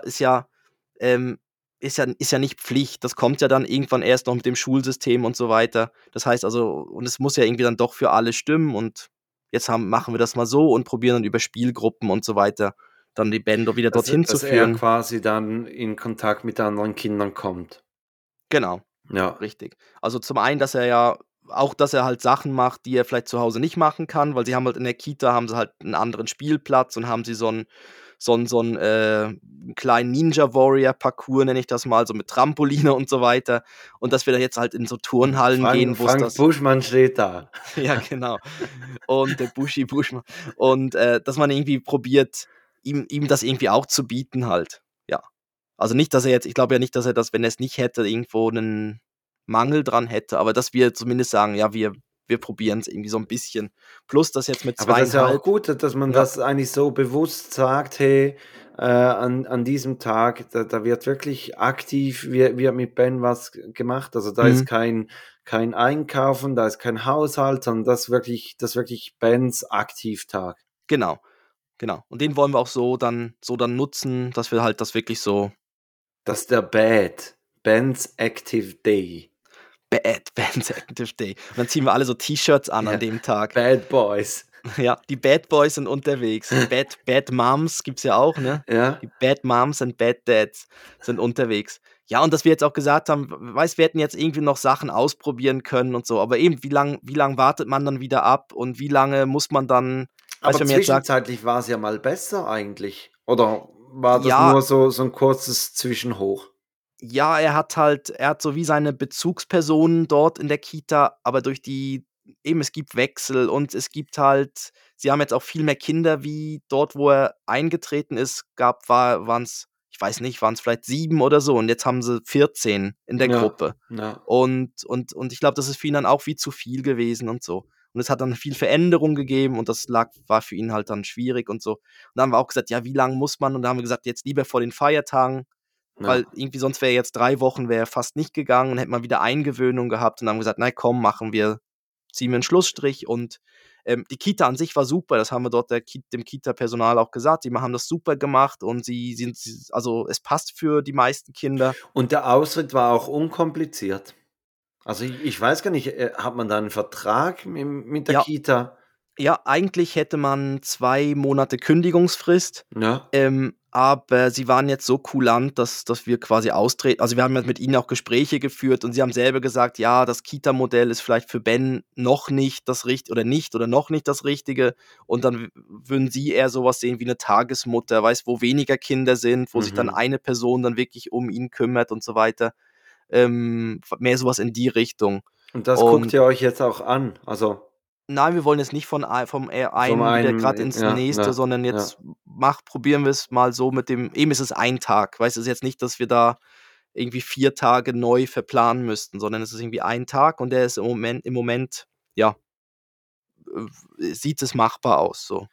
ist ja nicht Pflicht. Das kommt ja dann irgendwann erst noch mit dem Schulsystem und so weiter. Das heißt also, und es muss ja irgendwie dann doch für alle stimmen und jetzt machen wir das mal so und probieren dann über Spielgruppen und so weiter dann die Bänder wieder dorthin zu Dass er führen. quasi dann in Kontakt mit anderen Kindern kommt. Genau, Ja. richtig. Also, zum einen, dass er halt Sachen macht, die er vielleicht zu Hause nicht machen kann, weil sie haben halt in der Kita haben sie halt einen anderen Spielplatz und haben sie so 'n kleinen Ninja-Warrior-Parcours, nenne ich das mal, so mit Trampoline und so weiter. Und dass wir da jetzt halt in so Turnhallen gehen, wo es Frank Buschmann steht da. ja, genau. Und der Buschmann. Und, dass man irgendwie probiert, ihm das irgendwie auch zu bieten halt, ja. Also nicht, dass er jetzt, ich glaube ja nicht, dass er das, wenn er es nicht hätte, irgendwo einen Mangel dran hätte, aber dass wir zumindest sagen, ja, wir probieren es irgendwie so ein bisschen. Plus das jetzt mit Aber das ist ja auch 2,5. gut, dass man Ja. das eigentlich so bewusst sagt, hey, an diesem Tag, da wird wirklich aktiv, wird mit Ben was gemacht. Also da ist kein Einkaufen, da ist kein Haushalt, sondern das ist wirklich Bens Aktivtag. Genau. Und den wollen wir auch so dann nutzen, dass wir halt das wirklich so Das ist der Ben's Active Day. Ben's Active Day. Und dann ziehen wir alle so T-Shirts an dem Tag. Bad Boys. Ja, die Bad Boys sind unterwegs. Bad Moms gibt's ja auch, ne? Ja. Die Bad Moms und Bad Dads sind unterwegs. Ja, und dass wir jetzt auch gesagt haben, wir hätten jetzt irgendwie noch Sachen ausprobieren können und so, aber eben, wie lang wartet man dann wieder ab und wie lange muss man dann, Aber wenn man jetzt sagt, zwischenzeitlich war es ja mal besser eigentlich. Oder war das Ja, nur so ein kurzes Zwischenhoch? ja, er hat so wie seine Bezugspersonen dort in der Kita, aber es gibt Wechsel und es gibt halt sie haben jetzt auch viel mehr Kinder wie dort, wo er eingetreten ist, waren's ich weiß nicht, waren's vielleicht 7 oder so und jetzt haben sie 14 in der Ja, Gruppe. ja. Und ich glaube, das ist für ihn dann auch wie zu viel gewesen und so. Und es hat dann viel Veränderung gegeben und war für ihn halt dann schwierig und so. Und dann haben wir auch gesagt: „Ja, wie lang muss man?“ Und dann haben wir gesagt: „Jetzt lieber vor den Feiertagen“, Ja. weil irgendwie sonst wäre jetzt 3 Wochen wäre fast nicht gegangen und hätte man wieder Eingewöhnung gehabt und dann haben wir gesagt: „Na komm, ziehen wir 'n Schlussstrich“ und, die Kita an sich war super, das haben wir dort dem Kita-Personal auch gesagt. Die haben das super gemacht und also, es passt für die meisten Kinder. Und der Austritt war auch unkompliziert? Also, ich weiß gar nicht, hat man da 'n Vertrag mit der Ja, Kita? ja, eigentlich hätte man 2 Monate Kündigungsfrist, Ja. aber sie waren jetzt so kulant, dass wir quasi austreten. Also, wir haben halt mit ihnen auch Gespräche geführt und sie haben selber gesagt: „Ja, das Kita-Modell ist vielleicht für Ben noch nicht das Richt oder noch nicht das Richtige.“ Und dann würden sie eher so was sehen wie 'ne Tagesmutter, weißt, wo weniger Kinder sind, wo sich dann Mhm. eine Person dann wirklich um ihn kümmert und so weiter. Mehr so was in die Richtung. Und das guckt Und ihr euch jetzt auch an? Also, nein, wir wollen jetzt nicht vom vom einen wieder einen grad ins ja, nächste, ja, sondern ja. jetzt probieren wir's mal so mit dem ist es ein Tag, weißt du? Es ist jetzt nicht, dass wir da irgendwie 4 Tage neu verplanen müssten, sondern es ist irgendwie ein Tag und der ist im Moment, ja, sieht es machbar aus, so.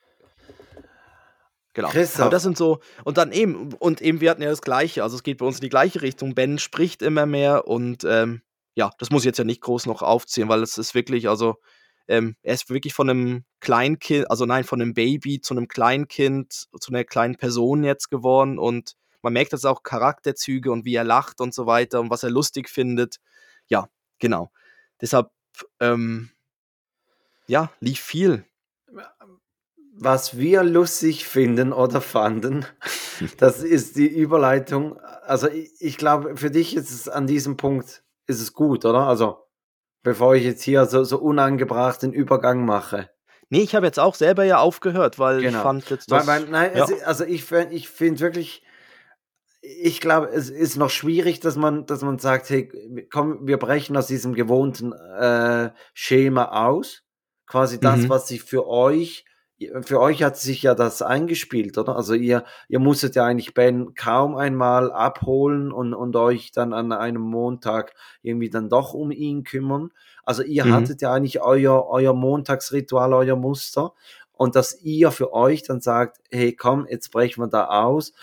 Genau. Aber das Christoph, sind so und wir hatten ja das Gleiche. Also, es geht bei uns in die gleiche Richtung. Ben spricht immer mehr und, ja, das muss ich jetzt ja nicht groß noch aufzählen, weil es ist wirklich also, er ist wirklich von 'nem Baby zu 'nem Kleinkind, zu 'ner kleinen Person jetzt geworden und man merkt jetzt auch Charakterzüge und wie er lacht und so weiter und was er lustig findet. Ja, genau. Deshalb, ähm, ja, lief viel. was wir lustig finden oder fanden, das ist die Überleitung. Also, ich glaube, für dich ist es an diesem Punkt ist es gut, oder? Also, bevor ich jetzt hier so unangebracht den Übergang mache. Ne, ich habe jetzt auch selber ja aufgehört, weil ich Genau. fand jetzt Weil das nein, ja. also, ich finde wirklich ich glaube, es ist noch schwierig, dass man sagt: „Hey, komm, wir brechen aus diesem gewohnten, Schema aus.“ Quasi das, Mhm, was sich für euch hat sich ja das eingespielt, oder? Also, ihr musstet ja eigentlich Ben kaum einmal abholen und euch dann an einem Montag irgendwie dann doch um ihn kümmern. Also, ihr mhm. hattet ja eigentlich euer Montagsritual, euer Muster und dass ihr für euch dann sagt: „Hey, komm, jetzt brechen wir da aus.“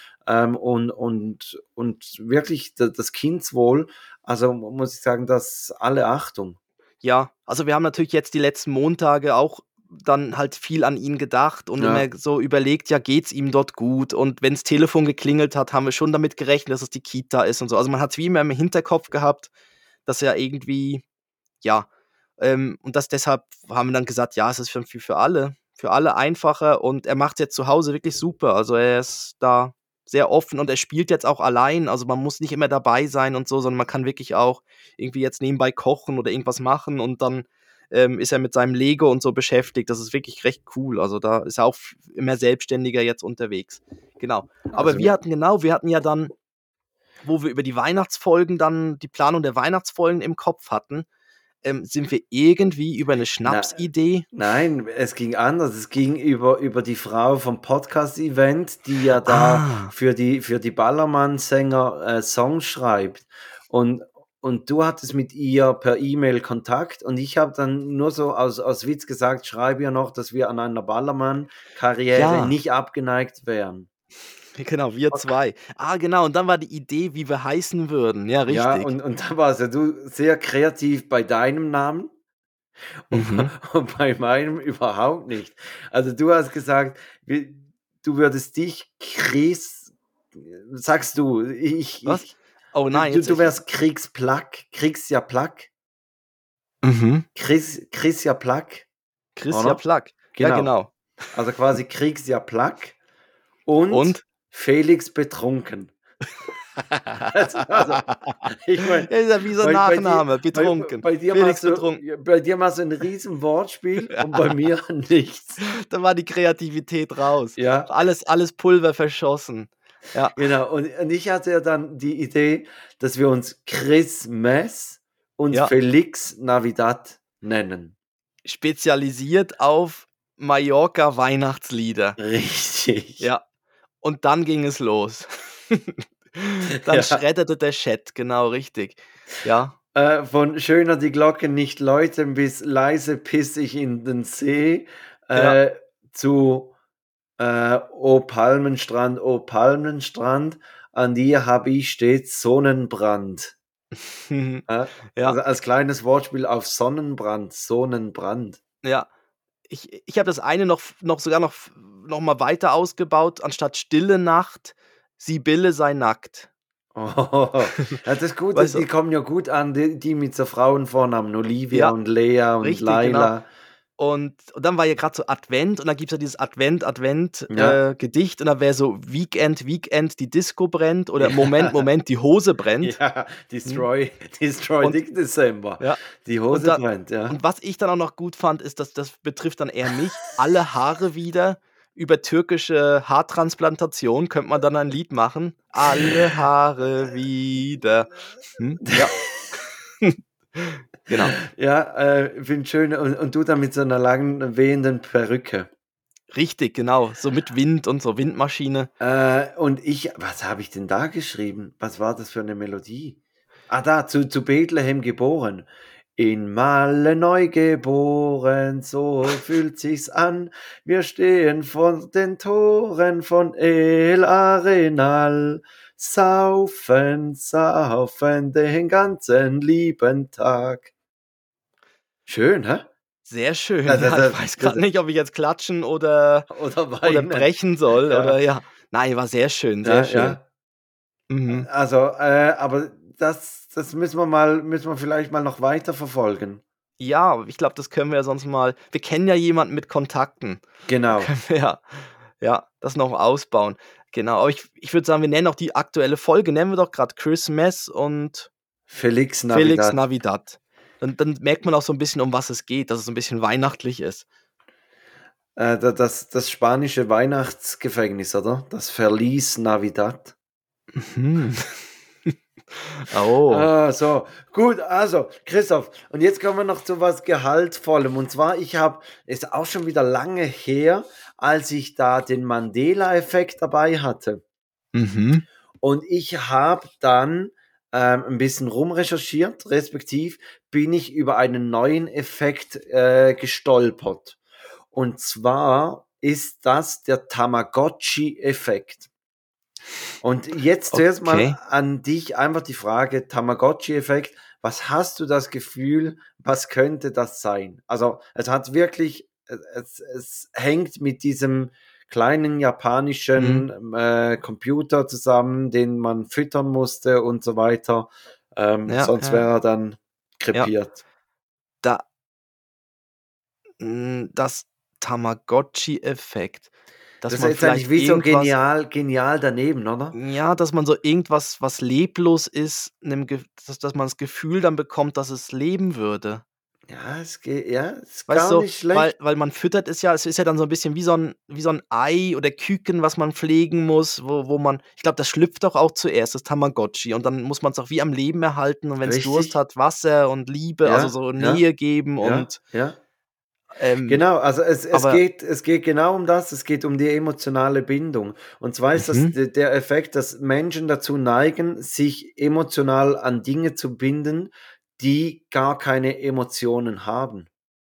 und wirklich das Kindswohl, also muss ich sagen, dass alle Achtung. Ja, also wir haben natürlich jetzt die letzten Montage auch dann halt viel an ihn gedacht und immer Ja, so überlegt, ja, geht's ihm dort gut? Und wenn's Telefon geklingelt hat, haben wir schon damit gerechnet, dass es die Kita ist und so. Also man hat's wie immer im Hinterkopf gehabt, dass er irgendwie ja, und deshalb haben wir dann gesagt: „Ja, es ist für alle einfacher“ und er macht's jetzt zu Hause wirklich super. Also, er ist da sehr offen und er spielt jetzt auch allein. Also, man muss nicht immer dabei sein und so, sondern man kann wirklich auch irgendwie jetzt nebenbei kochen oder irgendwas machen und dann, ist er mit seinem Lego und so beschäftigt. Das ist wirklich recht cool. Also, da ist er auch immer selbstständiger jetzt unterwegs. Genau. Aber also wir hatten ja dann, wo wir über die Planung der Weihnachtsfolgen im Kopf hatten, sind wir irgendwie über 'ne na, Schnapsidee nein, es ging anders. Es ging über die Frau vom Podcast-Event, die ja da ah, für die Ballermann-Sänger, Songs schreibt. Und und du hattest mit ihr per E-Mail Kontakt und ich habe dann nur so aus Witz gesagt: „Schreibe ihr noch, dass wir an einer Ballermann-Karriere ja, nicht abgeneigt wären.“ genau, wir 2. Ah, genau, und dann war die Idee, wie wir heißen würden. Ja, Ja, richtig. und da warst ja du sehr kreativ bei deinem Namen und Mhm. und bei meinem überhaupt nicht. Also, du hast gesagt, du würdest dich sagst du, Was? Oh du nein, du jetzt du wärst Kriegsja Plak, mhm. Chrisja Plak, Chrisja oder? Plak. Ja, Genau. genau. Also, quasi Kriegsja Plak und Und? Felix Betrunken. Also, ich meine, Ist ja wie so 'n bei dir Nachname, bei betrunken. bei dir Felix machst du betrunken. ja, bei dir machst du 'n riesen Wortspiel und bei Ja, mir nichts. da war die Kreativität raus. Ja, Alles Pulver verschossen. Ja. Genau, und ich hatte ja dann die Idee, dass wir uns Christmas und Ja. Felix Navidad nennen. Spezialisiert auf Mallorca Weihnachtslieder. Richtig. Ja. Und dann ging es los. Dann Ja. schredderte der Chat, genau richtig. Ja. Von schöner die Glocken nicht läuten bis leise piss ich in den See Ja. zu O Palmenstrand, an dir habe ich stets Sonnenbrand. Ja. Also als kleines Wortspiel auf Sonnenbrand, Sonnenbrand. Ja. Ich habe das eine noch mal weiter ausgebaut, anstatt Stille Nacht, Sibylle sei nackt. Oh, ja, das ist gut, Weißt die du? kommen ja gut an, die mit so Frauenvornamen, Olivia Ja, und Lea und richtig, genau. Laila. Und dann war ja gerade so Advent und dann gibt's ja dieses Advent, Ja. Gedicht und dann wäre so Weekend, die Disco brennt oder Ja. Moment, die Hose brennt. Ja, Destroy Und- Dick December. Ja. Die Hose dann- brennt, ja. Und was ich dann auch noch gut fand, ist, dass das betrifft dann eher mich, alle Haare wieder. Über türkische Haartransplantation könnte man dann ein Lied machen. Alle Haare wieder. Ja. Genau. Ja, finde schön. Und du dann mit so einer langen, wehenden Perücke. Richtig, genau. So mit Wind und so, Windmaschine. Und was habe ich denn da geschrieben? Was war das für eine Melodie? Ah, da, zu Bethlehem geboren. In Malle neu geboren, so fühlt sich's an. Wir stehen vor den Toren von El Arenal. Saufen den ganzen lieben Tag. Schön, hä? Sehr schön. Ja, Ja, ich weiß gerade nicht, ob ich jetzt klatschen oder weinen. brechen soll. Ja. Oder ja. Nein, war sehr schön, sehr schön. Ja. Mhm. Also, aber das müssen wir vielleicht mal noch weiter verfolgen. Ja, ich glaube, das können wir ja sonst mal. Wir kennen ja jemanden mit Kontakten. Genau. Können wir ja das noch ausbauen. Genau. Aber ich würde sagen, wir nennen auch die aktuelle Folge, nennen wir doch gerade Christmas und Felix Felix Navidad. Navidad. Und dann merkt man auch so ein bisschen, um was es geht, dass es so ein bisschen weihnachtlich ist. Das spanische Weihnachtsgefängnis, oder? Das Verlies Navidad. Mhm. Oh. So, gut, also, Christoph, und jetzt kommen wir noch zu was Gehaltvollem. Und zwar, ist auch schon wieder lange her, als ich da den Mandela-Effekt dabei hatte. Mhm. Und ich habe dann ein bisschen rumrecherchiert, respektiv bin ich über einen neuen Effekt gestolpert. Und zwar ist das der Tamagotchi-Effekt. Und jetzt zuerst Okay. mal an dich einfach die Frage, Tamagotchi-Effekt, was hast du das Gefühl, was könnte das sein? Also es hat wirklich, es hängt mit diesem kleinen japanischen Computer zusammen, den man füttern musste und so weiter. Ja, Sonst ja. wäre er dann krepiert. Das Tamagotchi-Effekt. Dass Das man ist jetzt eigentlich vielleicht wie so irgendwas genial daneben, oder? ja, dass man so irgendwas, was leblos ist, dass man das Gefühl dann bekommt, dass es leben würde. Ja, es ist Weißt gar du, nicht schlecht. weil man füttert es ist ja dann so ein bisschen wie so ein Ei oder Küken, was man pflegen muss, wo man ich glaube, das schlüpft doch auch zuerst, das Tamagotchi, und dann muss man es auch wie am Leben erhalten und wenn es Richtig. Durst hat, Wasser und Liebe, Ja, also so ja, Nähe geben Ja, und, ja. ähm Genau, also aber es geht genau um das, es geht um die emotionale Bindung. Und zwar ist das der Effekt, dass Menschen dazu neigen, sich emotional an Dinge zu binden, die gar keine Emotionen haben.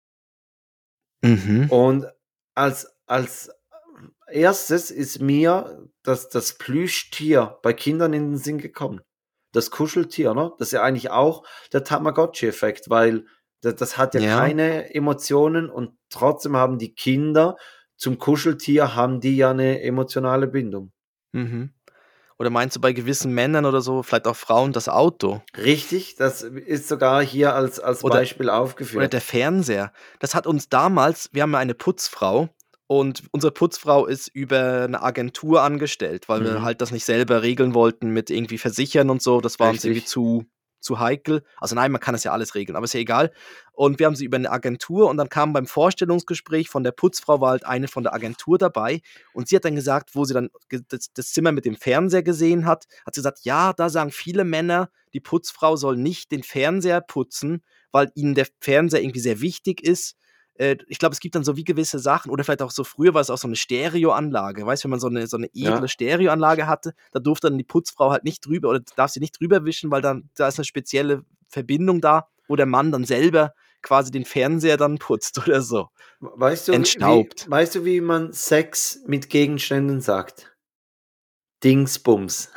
Mhm. Und als erstes ist mir das Plüschtier bei Kindern in den Sinn gekommen. Das Kuscheltier, ne? Das ist ja eigentlich auch der Tamagotchi-Effekt, weil das hat ja Ja. keine Emotionen und trotzdem haben die Kinder zum Kuscheltier haben die ja eine emotionale Bindung. Mhm. Oder meinst du bei gewissen Männern oder so, vielleicht auch Frauen, das Auto Richtig, das ist sogar hier als oder Beispiel oder aufgeführt. der Fernseher. Das hat uns damals wir haben ja eine Putzfrau und unsere Putzfrau ist über 'ne Agentur angestellt, weil wir Mhm. halt das nicht selber regeln wollten mit irgendwie versichern und so. Das war uns irgendwie Richtig. zu zu heikel. Also nein, man kann das ja alles regeln, aber ist ja egal. Und wir haben sie über eine Agentur und dann kam beim Vorstellungsgespräch von der Putzfrau war halt eine von der Agentur dabei und sie hat dann gesagt, wo sie dann das Zimmer mit dem Fernseher gesehen hat sie gesagt, ja, da sagen viele Männer, die Putzfrau soll nicht den Fernseher putzen, weil ihnen der Fernseher irgendwie sehr wichtig ist. Ich glaube, es gibt dann so wie gewisse Sachen, oder vielleicht auch so früher war es auch so eine Stereoanlage, weißt du, wenn man so eine edle Ja. Stereoanlage hatte, da durfte dann die Putzfrau halt nicht drüber, oder darf sie nicht drüber wischen, weil dann da ist eine spezielle Verbindung da, wo der Mann dann selber quasi den Fernseher dann putzt oder so. Weißt du, Entstaubt. wie man Sex mit Gegenständen sagt? Dingsbums.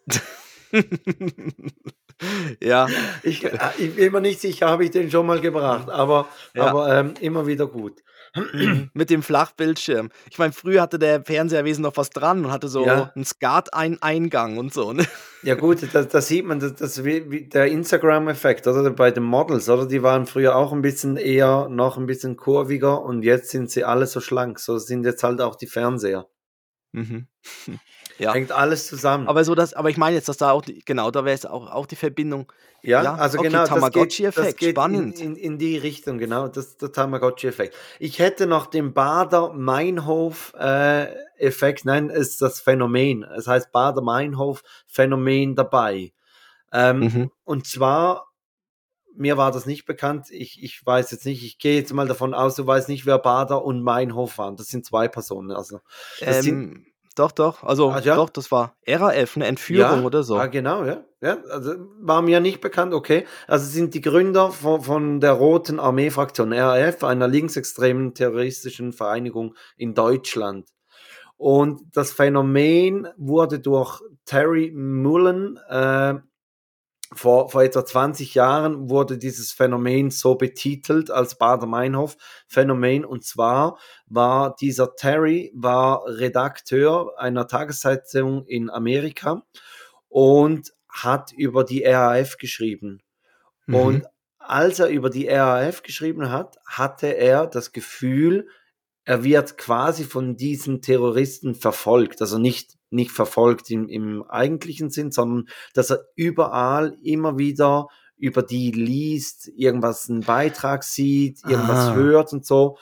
Ja. Ich bin mir nicht sicher, habe ich den schon mal gebracht, aber immer wieder gut. Mit dem Flachbildschirm. Ich meine, früher hatte der Fernseher wesentlich noch was dran und hatte so einen Skat-Eingang und so, ne? Ja gut, da sieht man, das wie der Instagram-Effekt, oder bei den Models, oder? Die waren früher auch noch ein bisschen kurviger und jetzt sind sie alle so schlank. So sind jetzt halt auch die Fernseher. Mhm. Ja. Hängt alles zusammen. Aber ich meine jetzt, dass da auch, da wäre jetzt auch die Verbindung. Also okay, genau, Tamagotchi-Effekt, das geht spannend. in die Richtung, genau, das ist der Tamagotchi-Effekt. Ich hätte noch den Baader-Meinhof-Effekt, nein, ist das Phänomen, es heißt Baader-Meinhof-Phänomen dabei. Und zwar, mir war das nicht bekannt, ich weiß jetzt nicht, ich gehe jetzt mal davon aus, du weißt nicht, wer Baader und Meinhof waren, das sind zwei Personen, also das sind... Doch. Also, doch, das war RAF, eine Entführung oder so. Genau, ja. Also war mir nicht bekannt, okay. Also sind die Gründer von der Roten Armee-Fraktion RAF, einer linksextremen terroristischen Vereinigung in Deutschland. Und das Phänomen wurde durch Terry Mullen vor etwa 20 Jahren wurde dieses Phänomen so betitelt als Baader-Meinhof-Phänomen. Und zwar war dieser Terry Redakteur einer Tageszeitung in Amerika und hat über die RAF geschrieben. Und als er über die RAF geschrieben hat, hatte er das Gefühl, er wird quasi von diesen Terroristen verfolgt. Also nicht verfolgt im eigentlichen Sinn, sondern dass er überall immer wieder über die liest, einen Beitrag sieht, irgendwas hört und so.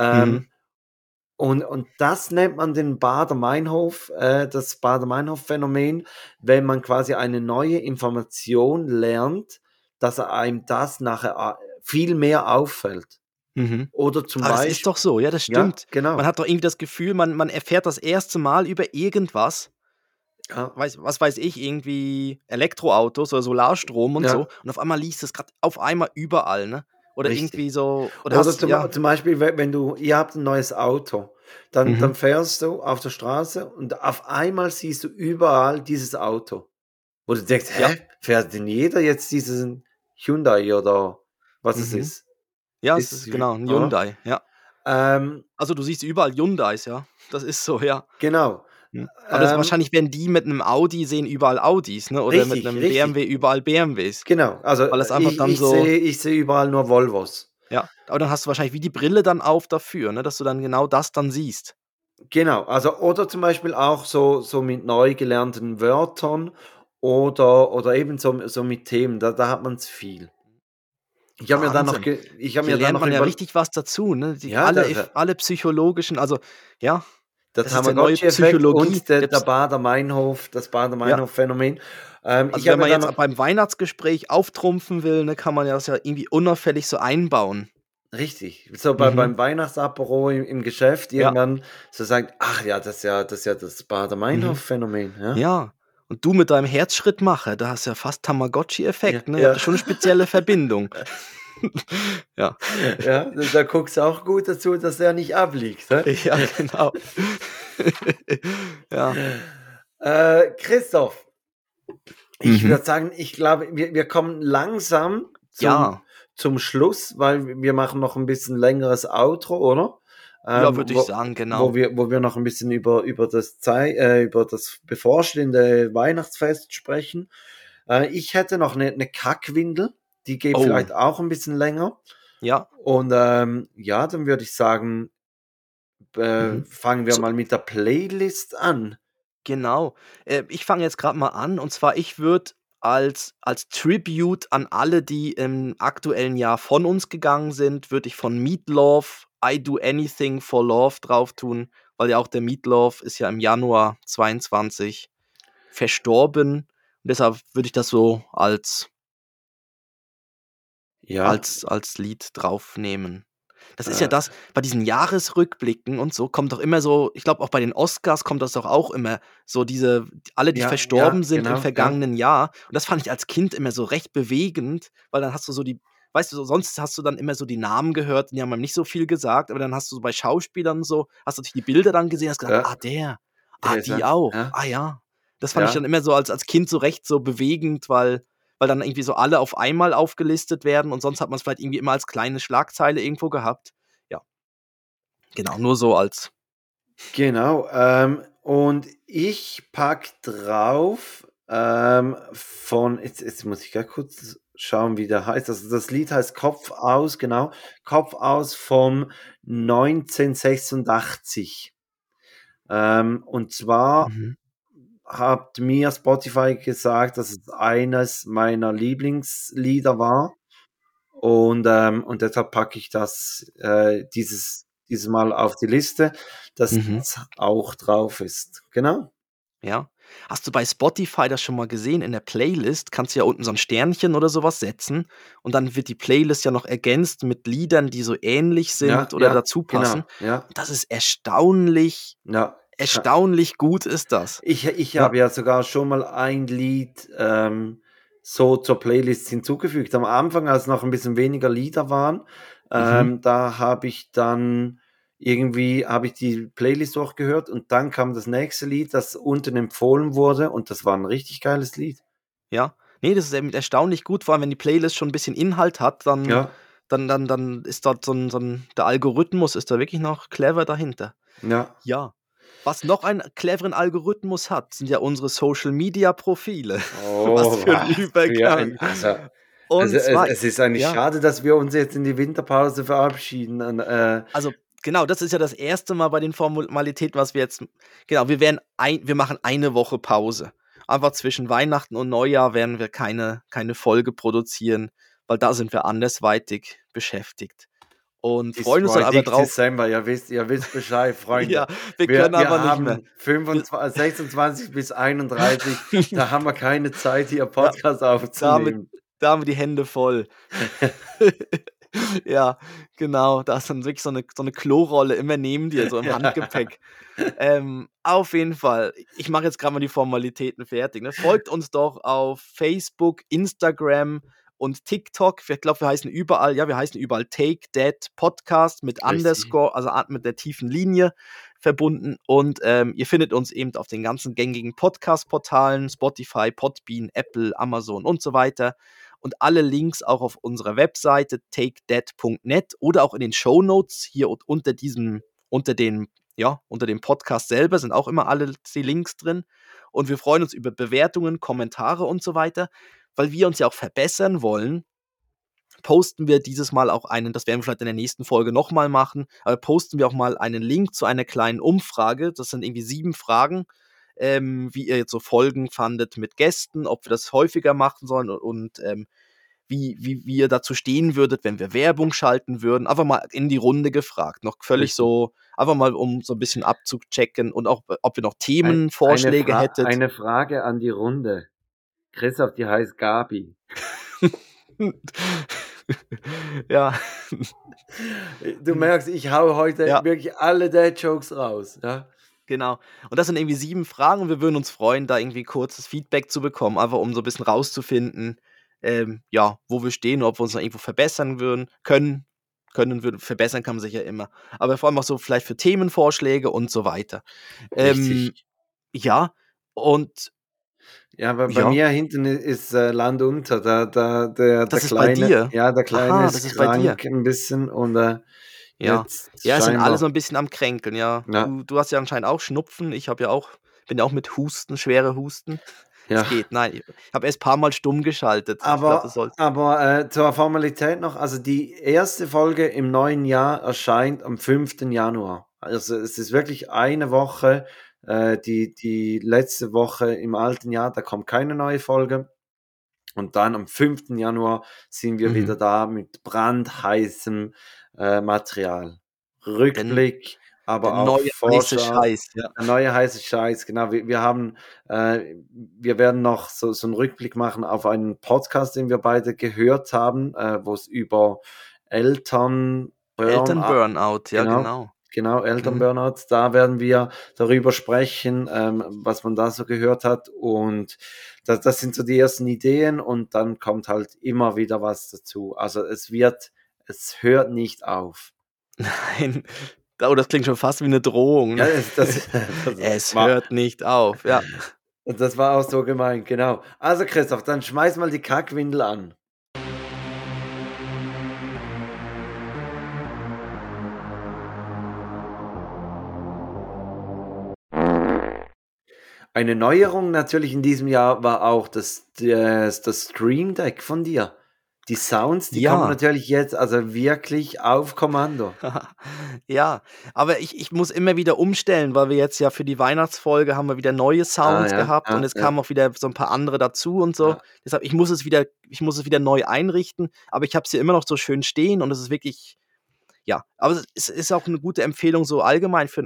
Und das nennt man den Baader-Meinhof, das Baader-Meinhof-Phänomen, wenn man quasi eine neue Information lernt, dass einem das nachher viel mehr auffällt. Oder zum Beispiel. Das ist doch so, ja, das stimmt. Ja, genau. Man hat doch irgendwie das Gefühl, man erfährt das erste Mal über irgendwas. Ja. Was weiß ich, irgendwie Elektroautos oder Solarstrom und so. Und auf einmal liest es gerade auf einmal überall, ne? Oder Richtig. irgendwie so. Oder zum Beispiel, wenn ihr habt ein neues Auto, dann fährst du auf der Straße und auf einmal siehst du überall dieses Auto. Wo du denkst, fährt denn jeder jetzt diesen Hyundai oder was es ist? Ja, es ist genau ein Hyundai, ja. Also du siehst überall Hyundais, ja. Das ist so, ja. Genau. Aber das wahrscheinlich werden die mit einem Audi sehen überall Audis, ne? Oder mit einem BMW überall BMWs. Genau, also weil das einfach dann ich sehe überall nur Volvos. Ja, aber dann hast du wahrscheinlich wie die Brille dann auf dafür, ne? Dass du dann genau das dann siehst. Genau, also oder zum Beispiel auch so mit neu gelernten Wörtern oder eben so mit Themen, da hat man es viel. Ich habe mir dann noch lernt man ja richtig was dazu, ne? Alle psychologischen, also ja. Der Tamagotchi-Effekt und der Baader-Meinhof, das Baader-Meinhof-Phänomen. Also wenn man jetzt beim Weihnachtsgespräch auftrumpfen will, ne, kann man das ja irgendwie unauffällig so einbauen. Richtig. So beim Weihnachtsapero im Geschäft irgendwann so sagt, ach ja, das ist ja das Baader-Meinhof-Phänomen. Ja. Und du mit deinem Herzschrittmacher, da hast du ja fast Tamagotchi-Effekt, ne? Ihr habt schon eine spezielle Verbindung. Ja, da guckst du auch gut dazu, dass der nicht abliegt. Ne? Ja, genau. Ja. Christoph, ich würde sagen, ich glaube, wir kommen langsam zum Schluss, weil wir machen noch ein bisschen längeres Outro, oder? Ja, würde ich sagen, genau. Wo wir noch ein bisschen über das bevorstehende Weihnachtsfest sprechen. Ich hätte noch eine Kackwindel, die geht vielleicht auch ein bisschen länger. Ja. Und dann würde ich sagen, fangen wir mal mit der Playlist an. Genau. Ich fange jetzt gerade mal an. Und zwar, ich würde als Tribute an alle, die im aktuellen Jahr von uns gegangen sind, würde ich von Meatloaf I Do Anything for Love drauf tun, weil ja auch der Meatloaf ist ja im Januar 22 verstorben. Und deshalb würde ich das so als Lied draufnehmen. Das ist ja das, bei diesen Jahresrückblicken und so kommt doch immer so, ich glaube auch bei den Oscars kommt das doch auch immer so alle, die verstorben sind im vergangenen Jahr. Und das fand ich als Kind immer so recht bewegend, weil dann hast du so weißt du, sonst hast du dann immer so die Namen gehört und die haben einem nicht so viel gesagt, aber dann hast du so bei Schauspielern so, hast du die Bilder dann gesehen, hast gesagt, die auch, ja. Das fand ich dann immer so als Kind so recht so bewegend, weil dann irgendwie so alle auf einmal aufgelistet werden und sonst hat man es vielleicht irgendwie immer als kleine Schlagzeile irgendwo gehabt. Ja, genau, nur so als... Genau, und ich pack drauf jetzt muss ich gar kurz schauen, wie der heißt. Also das Lied heißt Kopf aus, genau, Kopf aus vom 1986. Und zwar hat mir Spotify gesagt, dass es eines meiner Lieblingslieder war. Und deshalb packe ich das dieses Mal auf die Liste, dass das auch drauf ist. Genau. Ja. Hast du bei Spotify das schon mal gesehen? In der Playlist kannst du ja unten so ein Sternchen oder sowas setzen und dann wird die Playlist ja noch ergänzt mit Liedern, die so ähnlich sind oder dazu passen. Genau, ja. Das ist erstaunlich gut ist das. Ich habe ja sogar schon mal ein Lied so zur Playlist hinzugefügt. Am Anfang, als noch ein bisschen weniger Lieder waren, da habe ich dann die Playlist durchgehört und dann kam das nächste Lied, das unten empfohlen wurde und das war ein richtig geiles Lied. Ja, nee, das ist erstaunlich gut, vor allem wenn die Playlist schon ein bisschen Inhalt hat, dann ist dort der Algorithmus ist da wirklich noch clever dahinter. Ja. Was noch einen cleveren Algorithmus hat, sind ja unsere Social-Media-Profile. Was für ein Übergang. Es ist eigentlich schade, dass wir uns jetzt in die Winterpause verabschieden. Also genau, das ist ja das erste Mal bei den Formalitäten, was wir jetzt... Genau, wir machen eine Woche Pause. Einfach zwischen Weihnachten und Neujahr werden wir keine Folge produzieren, weil da sind wir andersweitig beschäftigt. Und freuen uns dann aber drauf. Dezember, ihr wisst Bescheid, Freunde. Ja, wir können aber nicht mehr. 26 bis 31, da haben wir keine Zeit, hier Podcast aufzunehmen. Da haben wir die Hände voll. Ja, genau, da ist dann wirklich so eine Klorolle immer neben dir, so im Handgepäck. Auf jeden Fall, ich mache jetzt gerade mal die Formalitäten fertig. Ne? Folgt uns doch auf Facebook, Instagram und TikTok. Ich glaube, wir heißen überall Take That Podcast mit Underscore, also mit der tiefen Linie verbunden. Und ihr findet uns eben auf den ganzen gängigen Podcast-Portalen, Spotify, Podbean, Apple, Amazon und so weiter. Und alle Links auch auf unserer Webseite takethat.net oder auch in den Shownotes hier unter dem Podcast selber sind auch immer alle die Links drin. Und wir freuen uns über Bewertungen, Kommentare und so weiter, weil wir uns ja auch verbessern wollen. Posten wir dieses Mal auch das werden wir vielleicht in der nächsten Folge nochmal machen, aber posten wir auch mal einen Link zu einer kleinen Umfrage. Das sind irgendwie 7 Fragen. Wie ihr jetzt so Folgen fandet mit Gästen, ob wir das häufiger machen sollen und wie ihr dazu stehen würdet, wenn wir Werbung schalten würden. Einfach mal in die Runde gefragt. Noch völlig so, einfach mal, um so ein bisschen abzuchecken und auch, ob wir noch Themenvorschläge hättet. Eine Frage an die Runde. Christoph, die heißt Gabi. Ja. Du merkst, ich hau heute wirklich alle Dad-Jokes raus. Ja. Genau. Und das sind irgendwie 7 Fragen und wir würden uns freuen, da irgendwie kurzes Feedback zu bekommen, einfach um so ein bisschen rauszufinden, wo wir stehen, ob wir uns noch irgendwo verbessern können. Verbessern kann man sich ja immer. Aber vor allem auch so vielleicht für Themenvorschläge und so weiter. Ja, und ja, aber bei mir hinten ist Land unter. Der das ist Kleine, bei dir? Ja, der Kleine das ist bei dir. krank ein bisschen und es sind alle so ein bisschen am Kränkeln, ja. Du hast ja anscheinend auch Schnupfen, ich bin ja auch mit Husten, schwere Husten. Ja. Es geht, nein, ich habe erst ein paar Mal stumm geschaltet. Aber zur Formalität noch, also die erste Folge im neuen Jahr erscheint am 5. Januar. Also es ist wirklich eine Woche, die letzte Woche im alten Jahr, da kommt keine neue Folge. Und dann am 5. Januar sind wir wieder da mit brandheißem Material. Rückblick, aber Der auch neue heiße Vorschau. Scheiß, ja. Der neue heiße Scheiß, genau. Wir werden noch so einen Rückblick machen auf einen Podcast, den wir beide gehört haben, wo es über Elternburnout, ja, genau. Genau, Elternburnout. Da werden wir darüber sprechen, was man da so gehört hat. Und das sind so die ersten Ideen und dann kommt halt immer wieder was dazu. Also es hört nicht auf. Nein, das klingt schon fast wie eine Drohung. Ja, Ne? Es hört nicht auf, ja. Und das war auch so gemeint, genau. Also Christoph, dann schmeiß mal die Kackwindel an. Eine Neuerung natürlich in diesem Jahr war auch das Stream Deck von dir. Die Sounds, die kommen natürlich jetzt also wirklich auf Kommando. Ja, aber ich muss immer wieder umstellen, weil wir jetzt ja für die Weihnachtsfolge haben wir wieder neue Sounds gehabt und es kamen auch wieder so ein paar andere dazu und so. Ja. Deshalb, ich muss es wieder neu einrichten, aber ich habe es hier immer noch so schön stehen und es ist wirklich, ja, aber es ist auch eine gute Empfehlung so allgemein für einen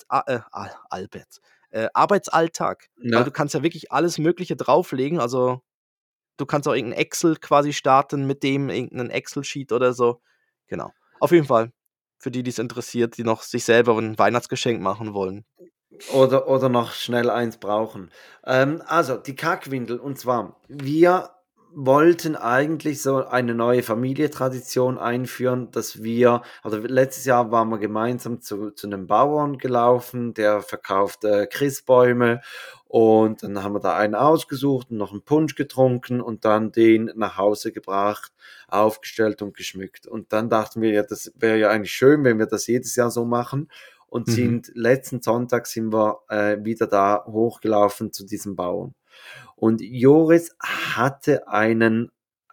Arbeitsalltag, Ja. weil du kannst ja wirklich alles Mögliche drauflegen, also du kannst auch irgendein Excel quasi starten mit dem, irgendeinen Excel-Sheet oder so. Genau. Auf jeden Fall, für die es interessiert, die noch sich selber ein Weihnachtsgeschenk machen wollen. Oder noch schnell eins brauchen. Also, die Kackwindel. Und zwar, wir wollten eigentlich so eine neue Familientradition einführen, dass also letztes Jahr waren wir gemeinsam zu einem Bauern gelaufen, der verkauft Christbäume. Und dann haben wir da einen ausgesucht und noch einen Punsch getrunken und dann den nach Hause gebracht, aufgestellt und geschmückt. Und dann dachten wir, ja, das wäre ja eigentlich schön, wenn wir das jedes Jahr so machen. Und letzten Sonntag sind wir wieder da hochgelaufen zu diesem Bauern. Und Joris hatte einen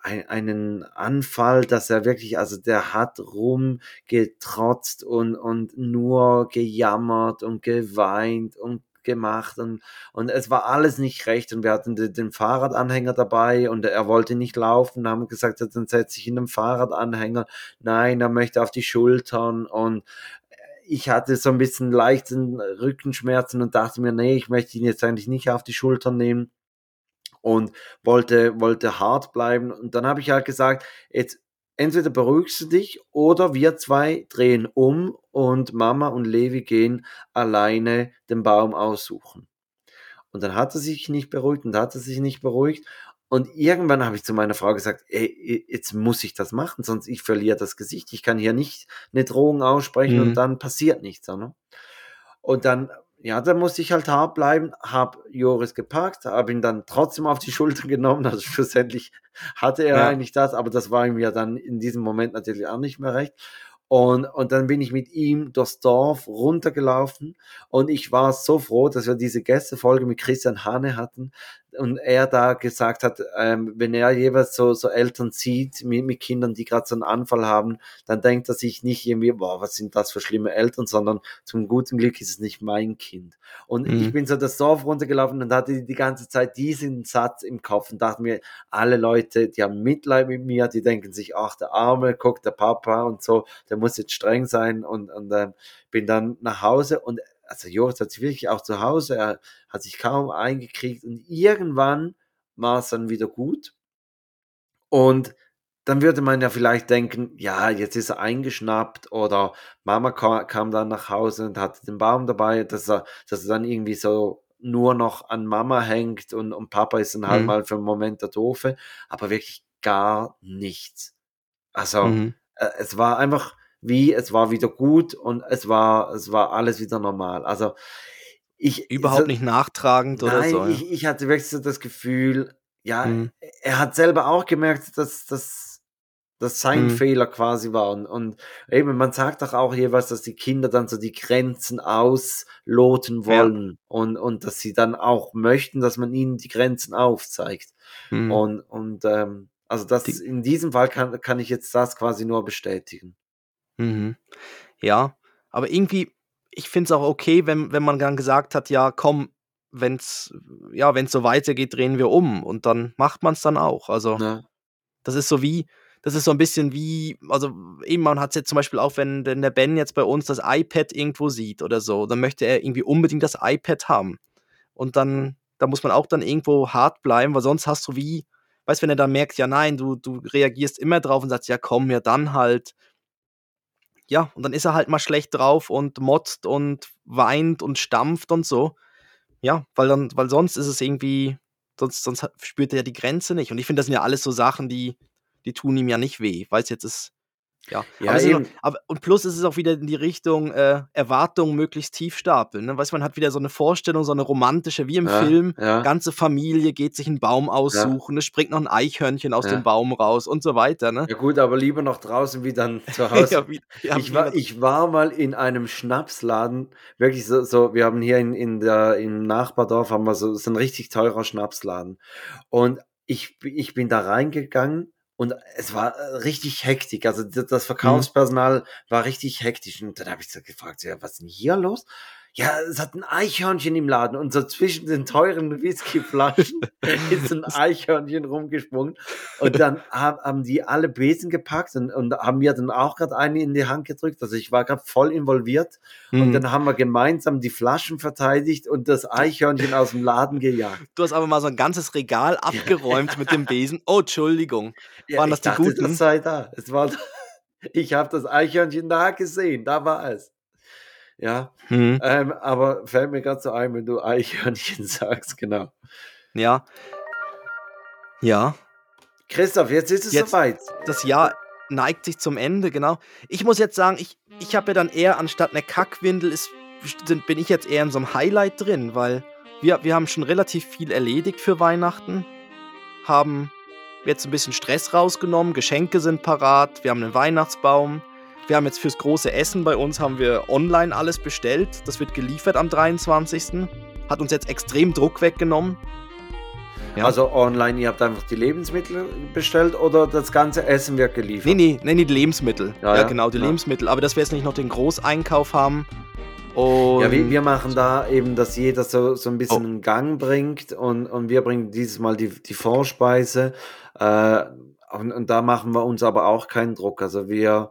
Anfall, dass er wirklich, also der hat rumgetrotzt und nur gejammert und geweint und gemacht und es war alles nicht recht und wir hatten den Fahrradanhänger dabei und er wollte nicht laufen, haben gesagt, dann setze ich in den Fahrradanhänger, nein, er möchte auf die Schultern und ich hatte so ein bisschen leichten Rückenschmerzen und dachte mir, nee, ich möchte ihn jetzt eigentlich nicht auf die Schultern nehmen und wollte hart bleiben und dann habe ich halt gesagt, jetzt entweder beruhigst du dich oder wir zwei drehen um und Mama und Levi gehen alleine den Baum aussuchen. Und dann hat er sich nicht beruhigt und irgendwann habe ich zu meiner Frau gesagt, ey, jetzt muss ich das machen, sonst ich verliere das Gesicht. Ich kann hier nicht eine Drohung aussprechen und dann passiert nichts. Ne? Und dann musste ich halt hart bleiben, habe Joris gepackt, habe ihn dann trotzdem auf die Schulter genommen. Also schlussendlich hatte er eigentlich das, aber das war ihm ja dann in diesem Moment natürlich auch nicht mehr recht. Und dann bin ich mit ihm durchs Dorf runtergelaufen und ich war so froh, dass wir diese Gästefolge mit Christian Hane hatten und er da gesagt hat, wenn er jeweils so Eltern sieht mit Kindern, die gerade so einen Anfall haben, dann denkt er sich nicht irgendwie, boah, was sind das für schlimme Eltern, sondern zum guten Glück ist es nicht mein Kind. Und ich bin so das Dorf runtergelaufen und hatte die ganze Zeit diesen Satz im Kopf und dachte mir, alle Leute, die haben Mitleid mit mir, die denken sich, ach, der Arme, guck, der Papa und so, der muss jetzt streng sein und bin dann nach Hause und also Joris hat sich wirklich auch zu Hause, er hat sich kaum eingekriegt und irgendwann war es dann wieder gut und dann würde man ja vielleicht denken, ja, jetzt ist er eingeschnappt oder Mama kam dann nach Hause und hatte den Baum dabei, dass er dann irgendwie so nur noch an Mama hängt und Papa ist dann halt mal für einen Moment der Doofe, aber wirklich gar nichts. Also es war einfach es war wieder gut und es war alles wieder normal. Also Überhaupt nicht nachtragend oder so. Nein, ich hatte wirklich so das Gefühl, ja, er hat selber auch gemerkt, dass das sein Fehler quasi war. Und eben, man sagt doch auch jeweils, dass die Kinder dann so die Grenzen ausloten wollen und dass sie dann auch möchten, dass man ihnen die Grenzen aufzeigt. Also das in diesem Fall kann ich jetzt das quasi nur bestätigen. Ja, aber irgendwie, ich finde es auch okay, wenn man dann gesagt hat, ja, komm, wenn's so weitergeht, drehen wir um und dann macht man es dann auch. Also Ja. das ist so ein bisschen wie, also eben, man hat es jetzt zum Beispiel auch, wenn der Ben jetzt bei uns das iPad irgendwo sieht oder so, dann möchte er irgendwie unbedingt das iPad haben. Und da muss man auch dann irgendwo hart bleiben, weil sonst hast du weißt, wenn er dann merkt, ja nein, du reagierst immer drauf und sagst, ja komm, ja dann halt. Ja, und dann ist er halt mal schlecht drauf und motzt und weint und stampft und so. Ja, weil sonst ist es irgendwie, sonst spürt er ja die Grenze nicht. Und ich finde, das sind ja alles so Sachen, die tun ihm ja nicht weh. Weiß jetzt ist, ja. Ja, eben. Und plus ist es auch wieder in die Richtung Erwartungen möglichst tief stapeln. Ne? Weißt du, man hat wieder so eine Vorstellung, so eine romantische, wie im Film, ganze Familie geht sich einen Baum aussuchen, es springt noch ein Eichhörnchen aus dem Baum raus und so weiter. Ne? Ja gut, aber lieber noch draußen wie dann zu Hause. Ich war mal in einem Schnapsladen, wirklich so wir haben hier im Nachbardorf haben wir so ein richtig teurer Schnapsladen. Und ich bin da reingegangen und es war richtig Hektik. Also das Verkaufspersonal war richtig hektisch. Und dann habe ich so gefragt, ja, was ist denn hier los? Ja, es hat ein Eichhörnchen im Laden und so zwischen den teuren Whiskyflaschen ist ein Eichhörnchen rumgesprungen und dann haben die alle Besen gepackt und haben mir dann auch gerade eine in die Hand gedrückt, also ich war gerade voll involviert und dann haben wir gemeinsam die Flaschen verteidigt und das Eichhörnchen aus dem Laden gejagt. Du hast aber mal so ein ganzes Regal abgeräumt mit dem Besen. Oh, Entschuldigung. Waren das die guten? Das sei da. Ich habe das Eichhörnchen da gesehen, da war es. Ja, aber fällt mir gerade so ein, wenn du Eichhörnchen sagst, genau. Ja. Ja. Christoph, jetzt ist es soweit. Das Jahr neigt sich zum Ende, genau. Ich muss jetzt sagen, ich habe ja dann eher anstatt einer Kackwindel, bin ich jetzt eher in so einem Highlight drin, weil wir haben schon relativ viel erledigt für Weihnachten, haben jetzt ein bisschen Stress rausgenommen, Geschenke sind parat, wir haben einen Weihnachtsbaum. Wir haben jetzt fürs große Essen bei uns haben wir online alles bestellt. Das wird geliefert am 23. Hat uns jetzt extrem Druck weggenommen. Ja. Also online, ihr habt einfach die Lebensmittel bestellt oder das ganze Essen wird geliefert? Nee, die Lebensmittel. Ja, genau, die Lebensmittel. Aber dass wir jetzt nicht noch den Großeinkauf haben. Und ja, wir machen da eben, dass jeder so ein bisschen einen Gang bringt und wir bringen dieses Mal die Vorspeise. Und da machen wir uns aber auch keinen Druck. Also wir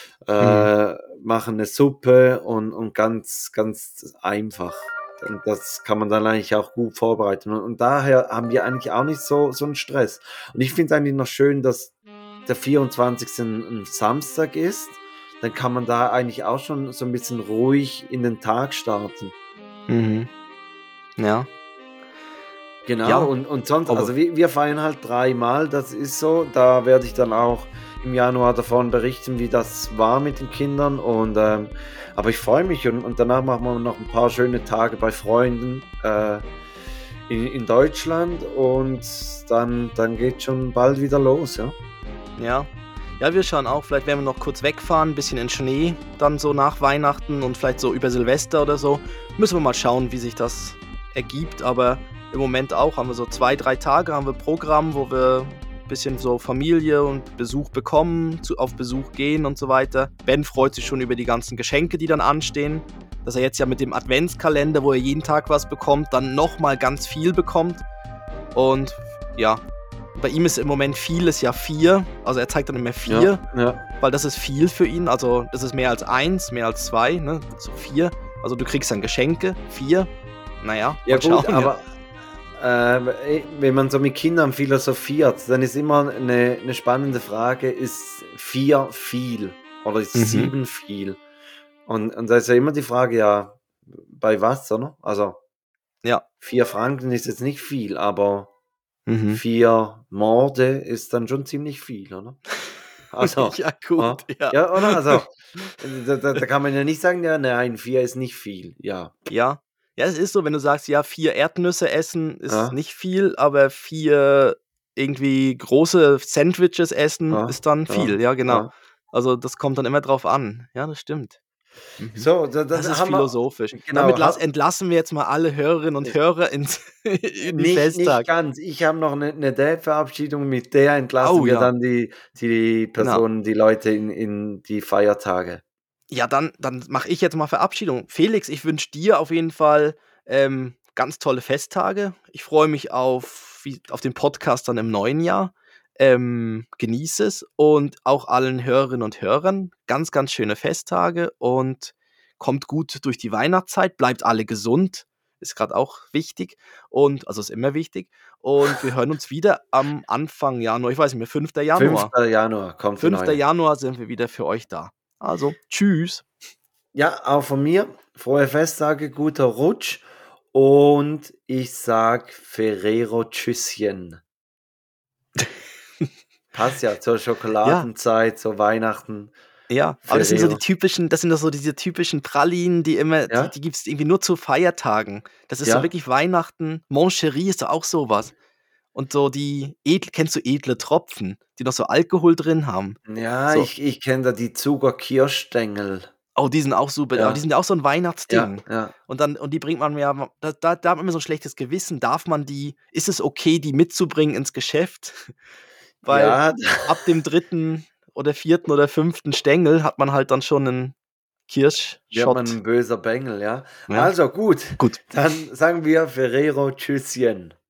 machen eine Suppe und ganz, ganz einfach. Und das kann man dann eigentlich auch gut vorbereiten. Und daher haben wir eigentlich auch nicht so einen Stress. Und ich finde es eigentlich noch schön, dass der 24. ein Samstag ist. Dann kann man da eigentlich auch schon so ein bisschen ruhig in den Tag starten. Mhm. Ja. Genau, ja, und sonst, also wir feiern halt 3 Mal, das ist so. Da werde ich dann auch im Januar davon berichten, wie das war mit den Kindern. Und aber ich freue mich und danach machen wir noch ein paar schöne Tage bei Freunden in Deutschland und dann geht schon bald wieder los, ja. Ja, wir schauen auch, vielleicht werden wir noch kurz wegfahren, ein bisschen in Schnee, dann so nach Weihnachten und vielleicht so über Silvester oder so. Müssen wir mal schauen, wie sich das ergibt, aber im Moment auch haben wir so 2-3 Tage, haben wir Programm, wo wir ein bisschen so Familie und Besuch bekommen, auf Besuch gehen und so weiter. Ben freut sich schon über die ganzen Geschenke, die dann anstehen, dass er jetzt ja mit dem Adventskalender, wo er jeden Tag was bekommt, dann nochmal ganz viel bekommt. Und ja, bei ihm ist im Moment vieles ja 4, also er zeigt dann immer 4, weil das ist viel für ihn, also das ist mehr als 1, mehr als 2, ne? So 4, also du kriegst dann Geschenke, 4, naja, ja gut, aber wenn man so mit Kindern philosophiert, dann ist immer eine spannende Frage, ist 4 viel oder ist 7 viel? Und da ist ja immer die Frage, ja, bei was, oder? Also 4 Franken ist jetzt nicht viel, aber 4 Morde ist dann schon ziemlich viel, oder? Also, ja, gut. Ja, oder? Also, da kann man ja nicht sagen, ja, nein, 4 ist nicht viel, ja. Ja, es ist so, wenn du sagst, ja, 4 Erdnüsse essen ist nicht viel, aber 4 irgendwie große Sandwiches essen ist dann viel, ja, genau. Also das kommt dann immer drauf an. Ja, das stimmt. So, das ist philosophisch. Genau, damit entlassen wir jetzt mal alle Hörerinnen und Hörer in die Festtag. Nicht ganz. Ich habe noch eine Dad-Verabschiedung, mit der entlassen wir dann die Personen, die Leute in die Feiertage. Ja, dann mache ich jetzt mal Verabschiedung. Felix, ich wünsche dir auf jeden Fall ganz tolle Festtage. Ich freue mich auf den Podcast dann im neuen Jahr. Genieße es und auch allen Hörerinnen und Hörern ganz, ganz schöne Festtage und kommt gut durch die Weihnachtszeit, bleibt alle gesund, ist gerade auch wichtig und, also ist immer wichtig und wir hören uns wieder am Anfang Januar, ich weiß nicht mehr, 5. Januar. 5. Januar kommt 5. Januar sind wir wieder für euch da. Also, tschüss. Ja, auch von mir, frohe Festtage, guter Rutsch und ich sag Ferrero Tschüsschen. Passt ja zur Schokoladenzeit, zur Weihnachten. Ja, aber das sind so Ferrero. die typischen, das sind doch so diese typischen Pralinen, die immer, Ja. die gibt es irgendwie nur zu Feiertagen. Das ist so Ja. wirklich Weihnachten. Moncherie ist doch auch sowas. Und so kennst du edle Tropfen, die noch so Alkohol drin haben? Ja, So. ich kenne da die Zuckerkirschstängel. Oh, die sind auch super, Ja. aber die sind ja auch so ein Weihnachtsding. Ja. Und die bringt man ja, da hat man immer so ein schlechtes Gewissen. Ist es okay, die mitzubringen ins Geschäft? Weil Ja, ab dem 3. oder 4. oder 5. Stängel hat man halt dann schon einen wird Kirschshot. man ein böser Bengel, ja. Ja. Also gut, Gut. dann sagen wir Ferrero Tschüsschen.